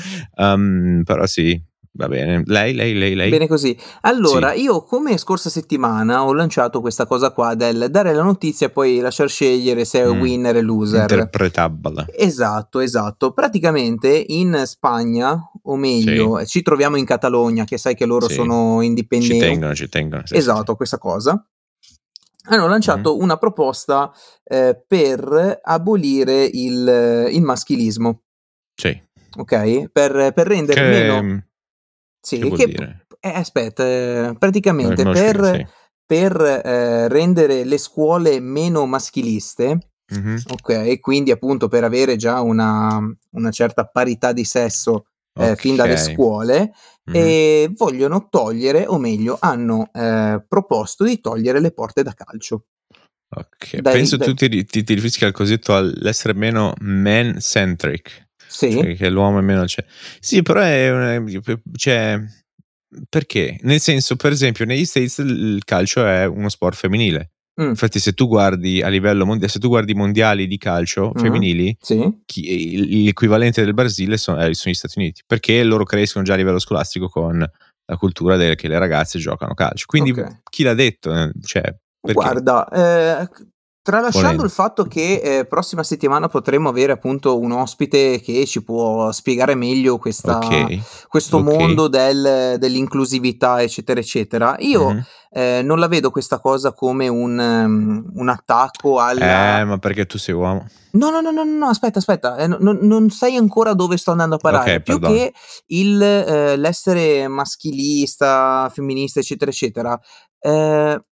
um, però sì, va bene, lei, lei, lei, lei,
Bene così.
sì.
Allora, io come scorsa settimana ho lanciato questa cosa qua del dare la notizia e poi lasciar scegliere se è
Mm.
winner e loser.
Interpretabile.
Esatto, esatto. Praticamente in Spagna, o
Sì,
meglio, ci troviamo in Catalogna, che sai che loro
sì.
sono
Ci
indipendenti.
tengono, ci tengono. Sì, sì, sì.
Esatto, questa cosa. Hanno
Mhm.
lanciato una proposta eh, per abolire il, il maschilismo,
Sì.
ok? Per, per rendere meno...
Che, che
Sì,
vuol
che
dire?
eh, aspetta, eh,
Non
praticamente
me lo spiega,
per
sì.
per eh, rendere le scuole meno maschiliste,
mm-hmm.
ok, quindi appunto per avere già una, una certa parità di sesso eh,
okay.
fin dalle scuole,
mm-hmm.
e vogliono togliere, o meglio hanno eh, proposto di togliere le porte da calcio.
Ok,
dai,
penso
dai.
tu ti, ti, ti riferisci al cosiddetto all'essere meno man-centric,
Sì.
cioè che l'uomo è meno... Cioè, sì, però è una... Cioè, perché? Nel senso, per esempio, negli States il calcio è uno sport femminile. Mm. Infatti se tu guardi a livello mondiale, se tu guardi i mondiali di calcio mm. femminili,
sì.
chi, l'equivalente del Brasile sono, eh, sono gli Stati Uniti, perché loro crescono già a livello scolastico con la cultura del, che le ragazze giocano calcio. Quindi okay. Chi l'ha detto? Cioè, perché?
Guarda, eh, tralasciando Volendo. il fatto che eh, prossima settimana potremo avere appunto un ospite che ci può spiegare meglio questa, okay. questo okay. mondo del, dell'inclusività eccetera eccetera, io mm-hmm. eh, non la vedo questa cosa come un, um, un attacco alla...
Eh, ma perché tu sei uomo?
No, no, no, no, no, aspetta, aspetta, eh, non, non sai ancora dove sto andando a parare. Okay, più pardon. che il, eh, l'essere maschilista, femminista, eccetera, eccetera, eh,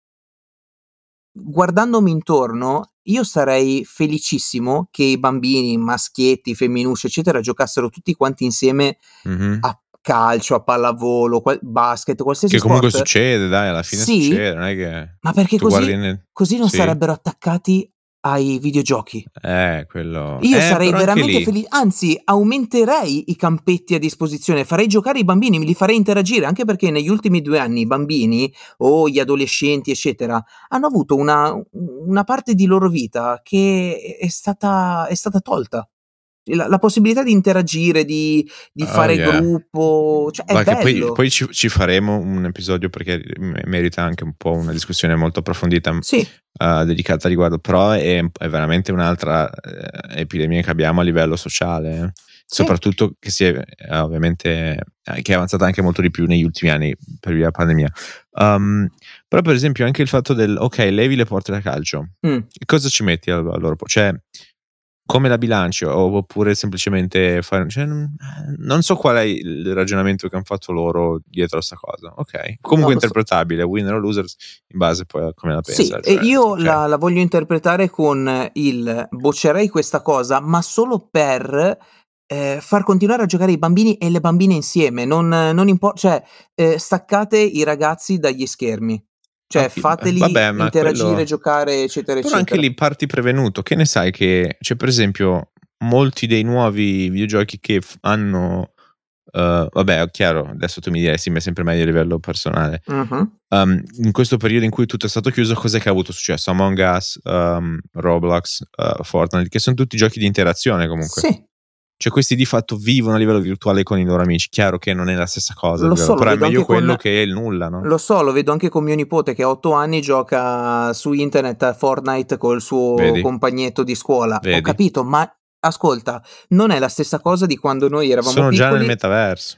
guardandomi intorno, io sarei felicissimo che i bambini, maschietti, femminucce, eccetera, giocassero tutti quanti insieme mm-hmm. a calcio, a pallavolo, qual- basket, qualsiasi
che
sport.
Che comunque succede, dai, alla fine
sì,
succede, non è che...
Ma perché così,
nel...
così non
sì.
sarebbero attaccati ai videogiochi.
Eh, quello...
Io
eh,
sarei veramente felice, anzi aumenterei i campetti a disposizione, farei giocare i bambini, me li farei interagire, anche perché negli ultimi due anni i bambini o gli adolescenti eccetera hanno avuto una, una parte di loro vita che è stata, è stata tolta. La, la possibilità di interagire, di, di fare oh, yeah. gruppo, cioè è
Ma
bello.
Che poi, poi ci, ci faremo un episodio perché merita anche un po' una discussione molto approfondita,
sì.
uh, dedicata a riguardo, però è, è veramente un'altra uh, epidemia che abbiamo a livello sociale, eh. Sì. Soprattutto che si è uh, ovviamente uh, che è avanzata anche molto di più negli ultimi anni per via della pandemia. Um, però per esempio anche il fatto del ok, levi le porte da calcio, mm. cosa ci metti al loro posto? Cioè, come la bilanci oppure semplicemente fare, cioè, non so qual è il ragionamento che hanno fatto loro dietro a sta cosa. Ok, comunque interpretabile, so. Winner o losers in base poi a come la pensa.
Sì, cioè, io okay. la, la voglio interpretare con il boccerei questa cosa, ma solo per eh, far continuare a giocare i bambini e le bambine insieme, non, non importa, cioè eh, staccate i ragazzi dagli schermi. Cioè, ah, fateli vabbè, interagire, quello... giocare, eccetera,
però
eccetera.
Però anche lì parti prevenuto. Che ne sai che, cioè, per esempio, molti dei nuovi videogiochi che f- hanno... Uh, vabbè, è chiaro, adesso tu mi direi sì, ma è sempre meglio a livello personale. Uh-huh. Um, in questo periodo in cui tutto è stato chiuso, cos'è che ha avuto successo? Among Us, um, Roblox, uh, Fortnite, che sono tutti giochi di interazione comunque.
Sì.
Cioè questi di fatto vivono a livello virtuale con i loro amici. Chiaro che non è la stessa cosa,
lo so,
però
lo
è meglio quello
con...
che il nulla, no?
Lo so, lo vedo anche con mio nipote che a otto anni gioca su internet a Fortnite col suo
Vedi?
compagnetto di scuola.
Vedi?
Ho capito, ma ascolta, non è la stessa cosa di quando noi eravamo
Sono
piccoli.
Sono già nel metaverso.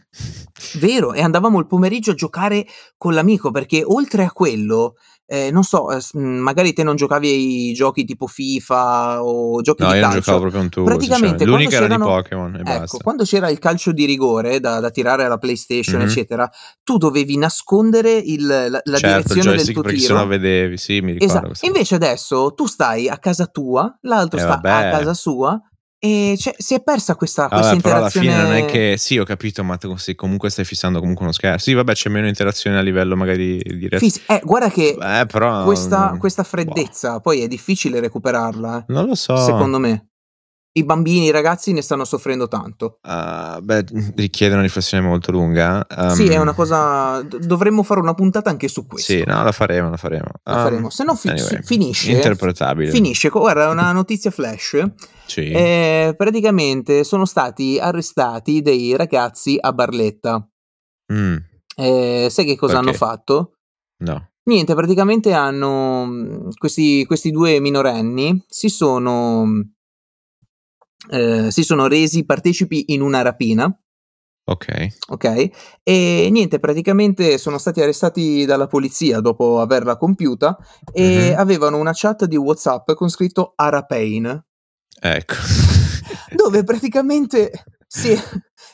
Vero, e andavamo il pomeriggio a giocare con l'amico, perché oltre a quello... Eh, non so, eh, magari te non giocavi ai giochi tipo FIFA o giochi
no,
di
calcio.
calcio.
No, io non giocavo proprio un tuo.
Praticamente,
l'unica era
c'erano,
di Pokémon e
ecco,
basta.
Quando c'era il calcio di rigore da, da tirare alla PlayStation, mm-hmm. eccetera, tu dovevi nascondere il, la, la
certo,
direzione
il
del tuo
perché
tiro.
sennò vedevi, sì, mi ricordo.
Esatto. Invece adesso tu stai a casa tua, l'altro
eh,
sta
vabbè.
a casa sua. E cioè, si è persa questa,
vabbè,
questa
però
interazione.
Alla fine non è che sì, ho capito, ma tu sì, comunque stai fissando comunque uno scherzo. Sì, vabbè, c'è meno interazione a livello magari di
Fis- eh, guarda che
eh, però,
questa, questa freddezza boh. Poi è difficile recuperarla. Eh,
non lo so.
Secondo me. I bambini, i ragazzi ne stanno soffrendo tanto.
Uh, beh, richiede una riflessione molto lunga. Um,
sì, è una cosa. Dovremmo fare una puntata anche su questo.
Sì, no, la faremo, la faremo.
La um, faremo. Se no, fi-
anyway,
finisce.
Interpretabile.
Finisce. Guarda, una notizia flash.
Sì.
Eh, praticamente sono stati arrestati dei ragazzi a Barletta.
Mm.
Eh, sai che cosa
Perché?
hanno fatto?
No.
Niente, praticamente hanno. Questi, questi due minorenni si sono. Eh, si sono resi partecipi in una rapina.
Ok.
Ok. E niente, praticamente sono stati arrestati dalla polizia dopo averla compiuta e mm-hmm. avevano una chat di WhatsApp con scritto Arapain.
Ecco.
Dove praticamente si,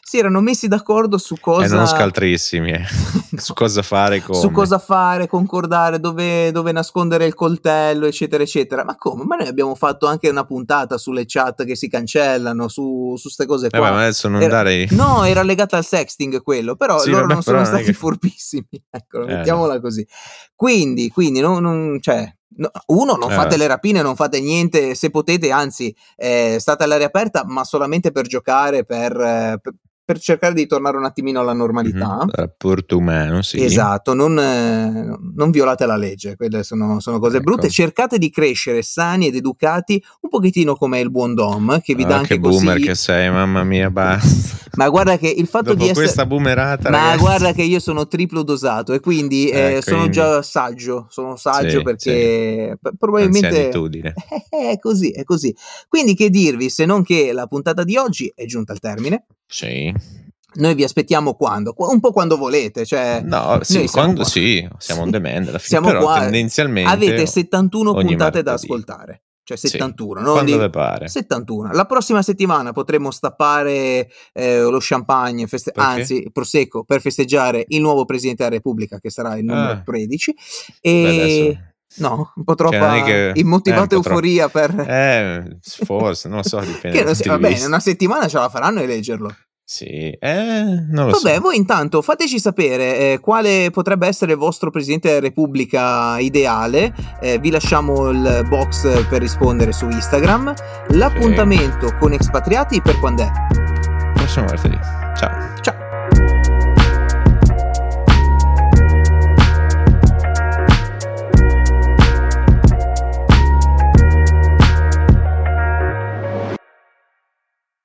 si erano messi d'accordo su cosa
e non scaltrissimi eh.
no.
Su cosa fare, come.
Su cosa fare, concordare, dove, dove nascondere il coltello, eccetera, eccetera. Ma come? Ma noi abbiamo fatto anche una puntata sulle chat che si cancellano, su su ste cose qua.
Vabbè, ma adesso non
era,
dare...
No, era legata al sexting quello, però
sì,
loro
vabbè,
non sono
non
stati
che...
furbissimi. Ecco,
eh,
mettiamola
no.
così. Quindi, quindi non, non, cioè, no, uno, non
eh,
fate le rapine, non fate niente, se potete, anzi, eh, state all'aria aperta, ma solamente per giocare, per, eh, per per cercare di tornare un attimino alla normalità.
Mm-hmm. Rapporto umano, sì.
Esatto, non, eh, non violate la legge, quelle sono, sono cose
ecco.
brutte. Cercate di crescere sani ed educati, un pochettino come il buon Dom, che vi
oh,
dà anche
che boomer
consigli.
che sei, mamma mia, basta.
Ma guarda che il fatto
Dopo
di essere...
questa boomerata,
ma
ragazzi.
guarda che io sono triplo dosato e quindi, eh,
eh,
sono
quindi...
già saggio, sono saggio
sì,
perché
sì.
probabilmente
Anzianitudine.
è così, è così. Quindi che dirvi, se non che la puntata di oggi è giunta al termine.
Sì.
Noi vi aspettiamo quando? Un po' quando volete, cioè
no, sì,
noi siamo
quando
qua.
sì, siamo on demand alla fine,
siamo
però
qua.
tendenzialmente
avete settantuno
ogni
puntate da
martedì.
ascoltare, cioè settantuno,
sì,
non
quando
di...
vi pare.
settantuno. La prossima settimana potremo stappare eh, lo champagne, feste... anzi il prosecco, per festeggiare il nuovo Presidente della Repubblica, che sarà il numero
ah.
tredici.
Beh,
E
adesso...
no, un po'
cioè,
troppa
che...
immotivata
eh, un po'
euforia
troppo...
per...
eh, forse, non lo so, dipende
che
dai
non si...
punti
Va
di
bene,
vista.
una settimana ce la faranno a eleggerlo.
Sì, eh, non lo
Vabbè,
so.
voi intanto fateci sapere eh, quale potrebbe essere il vostro Presidente della Repubblica ideale. Eh, vi lasciamo il box per rispondere su Instagram. L'appuntamento
sì.
con Expatriati per quando è?
Prossimo martedì. Ciao.
Ciao.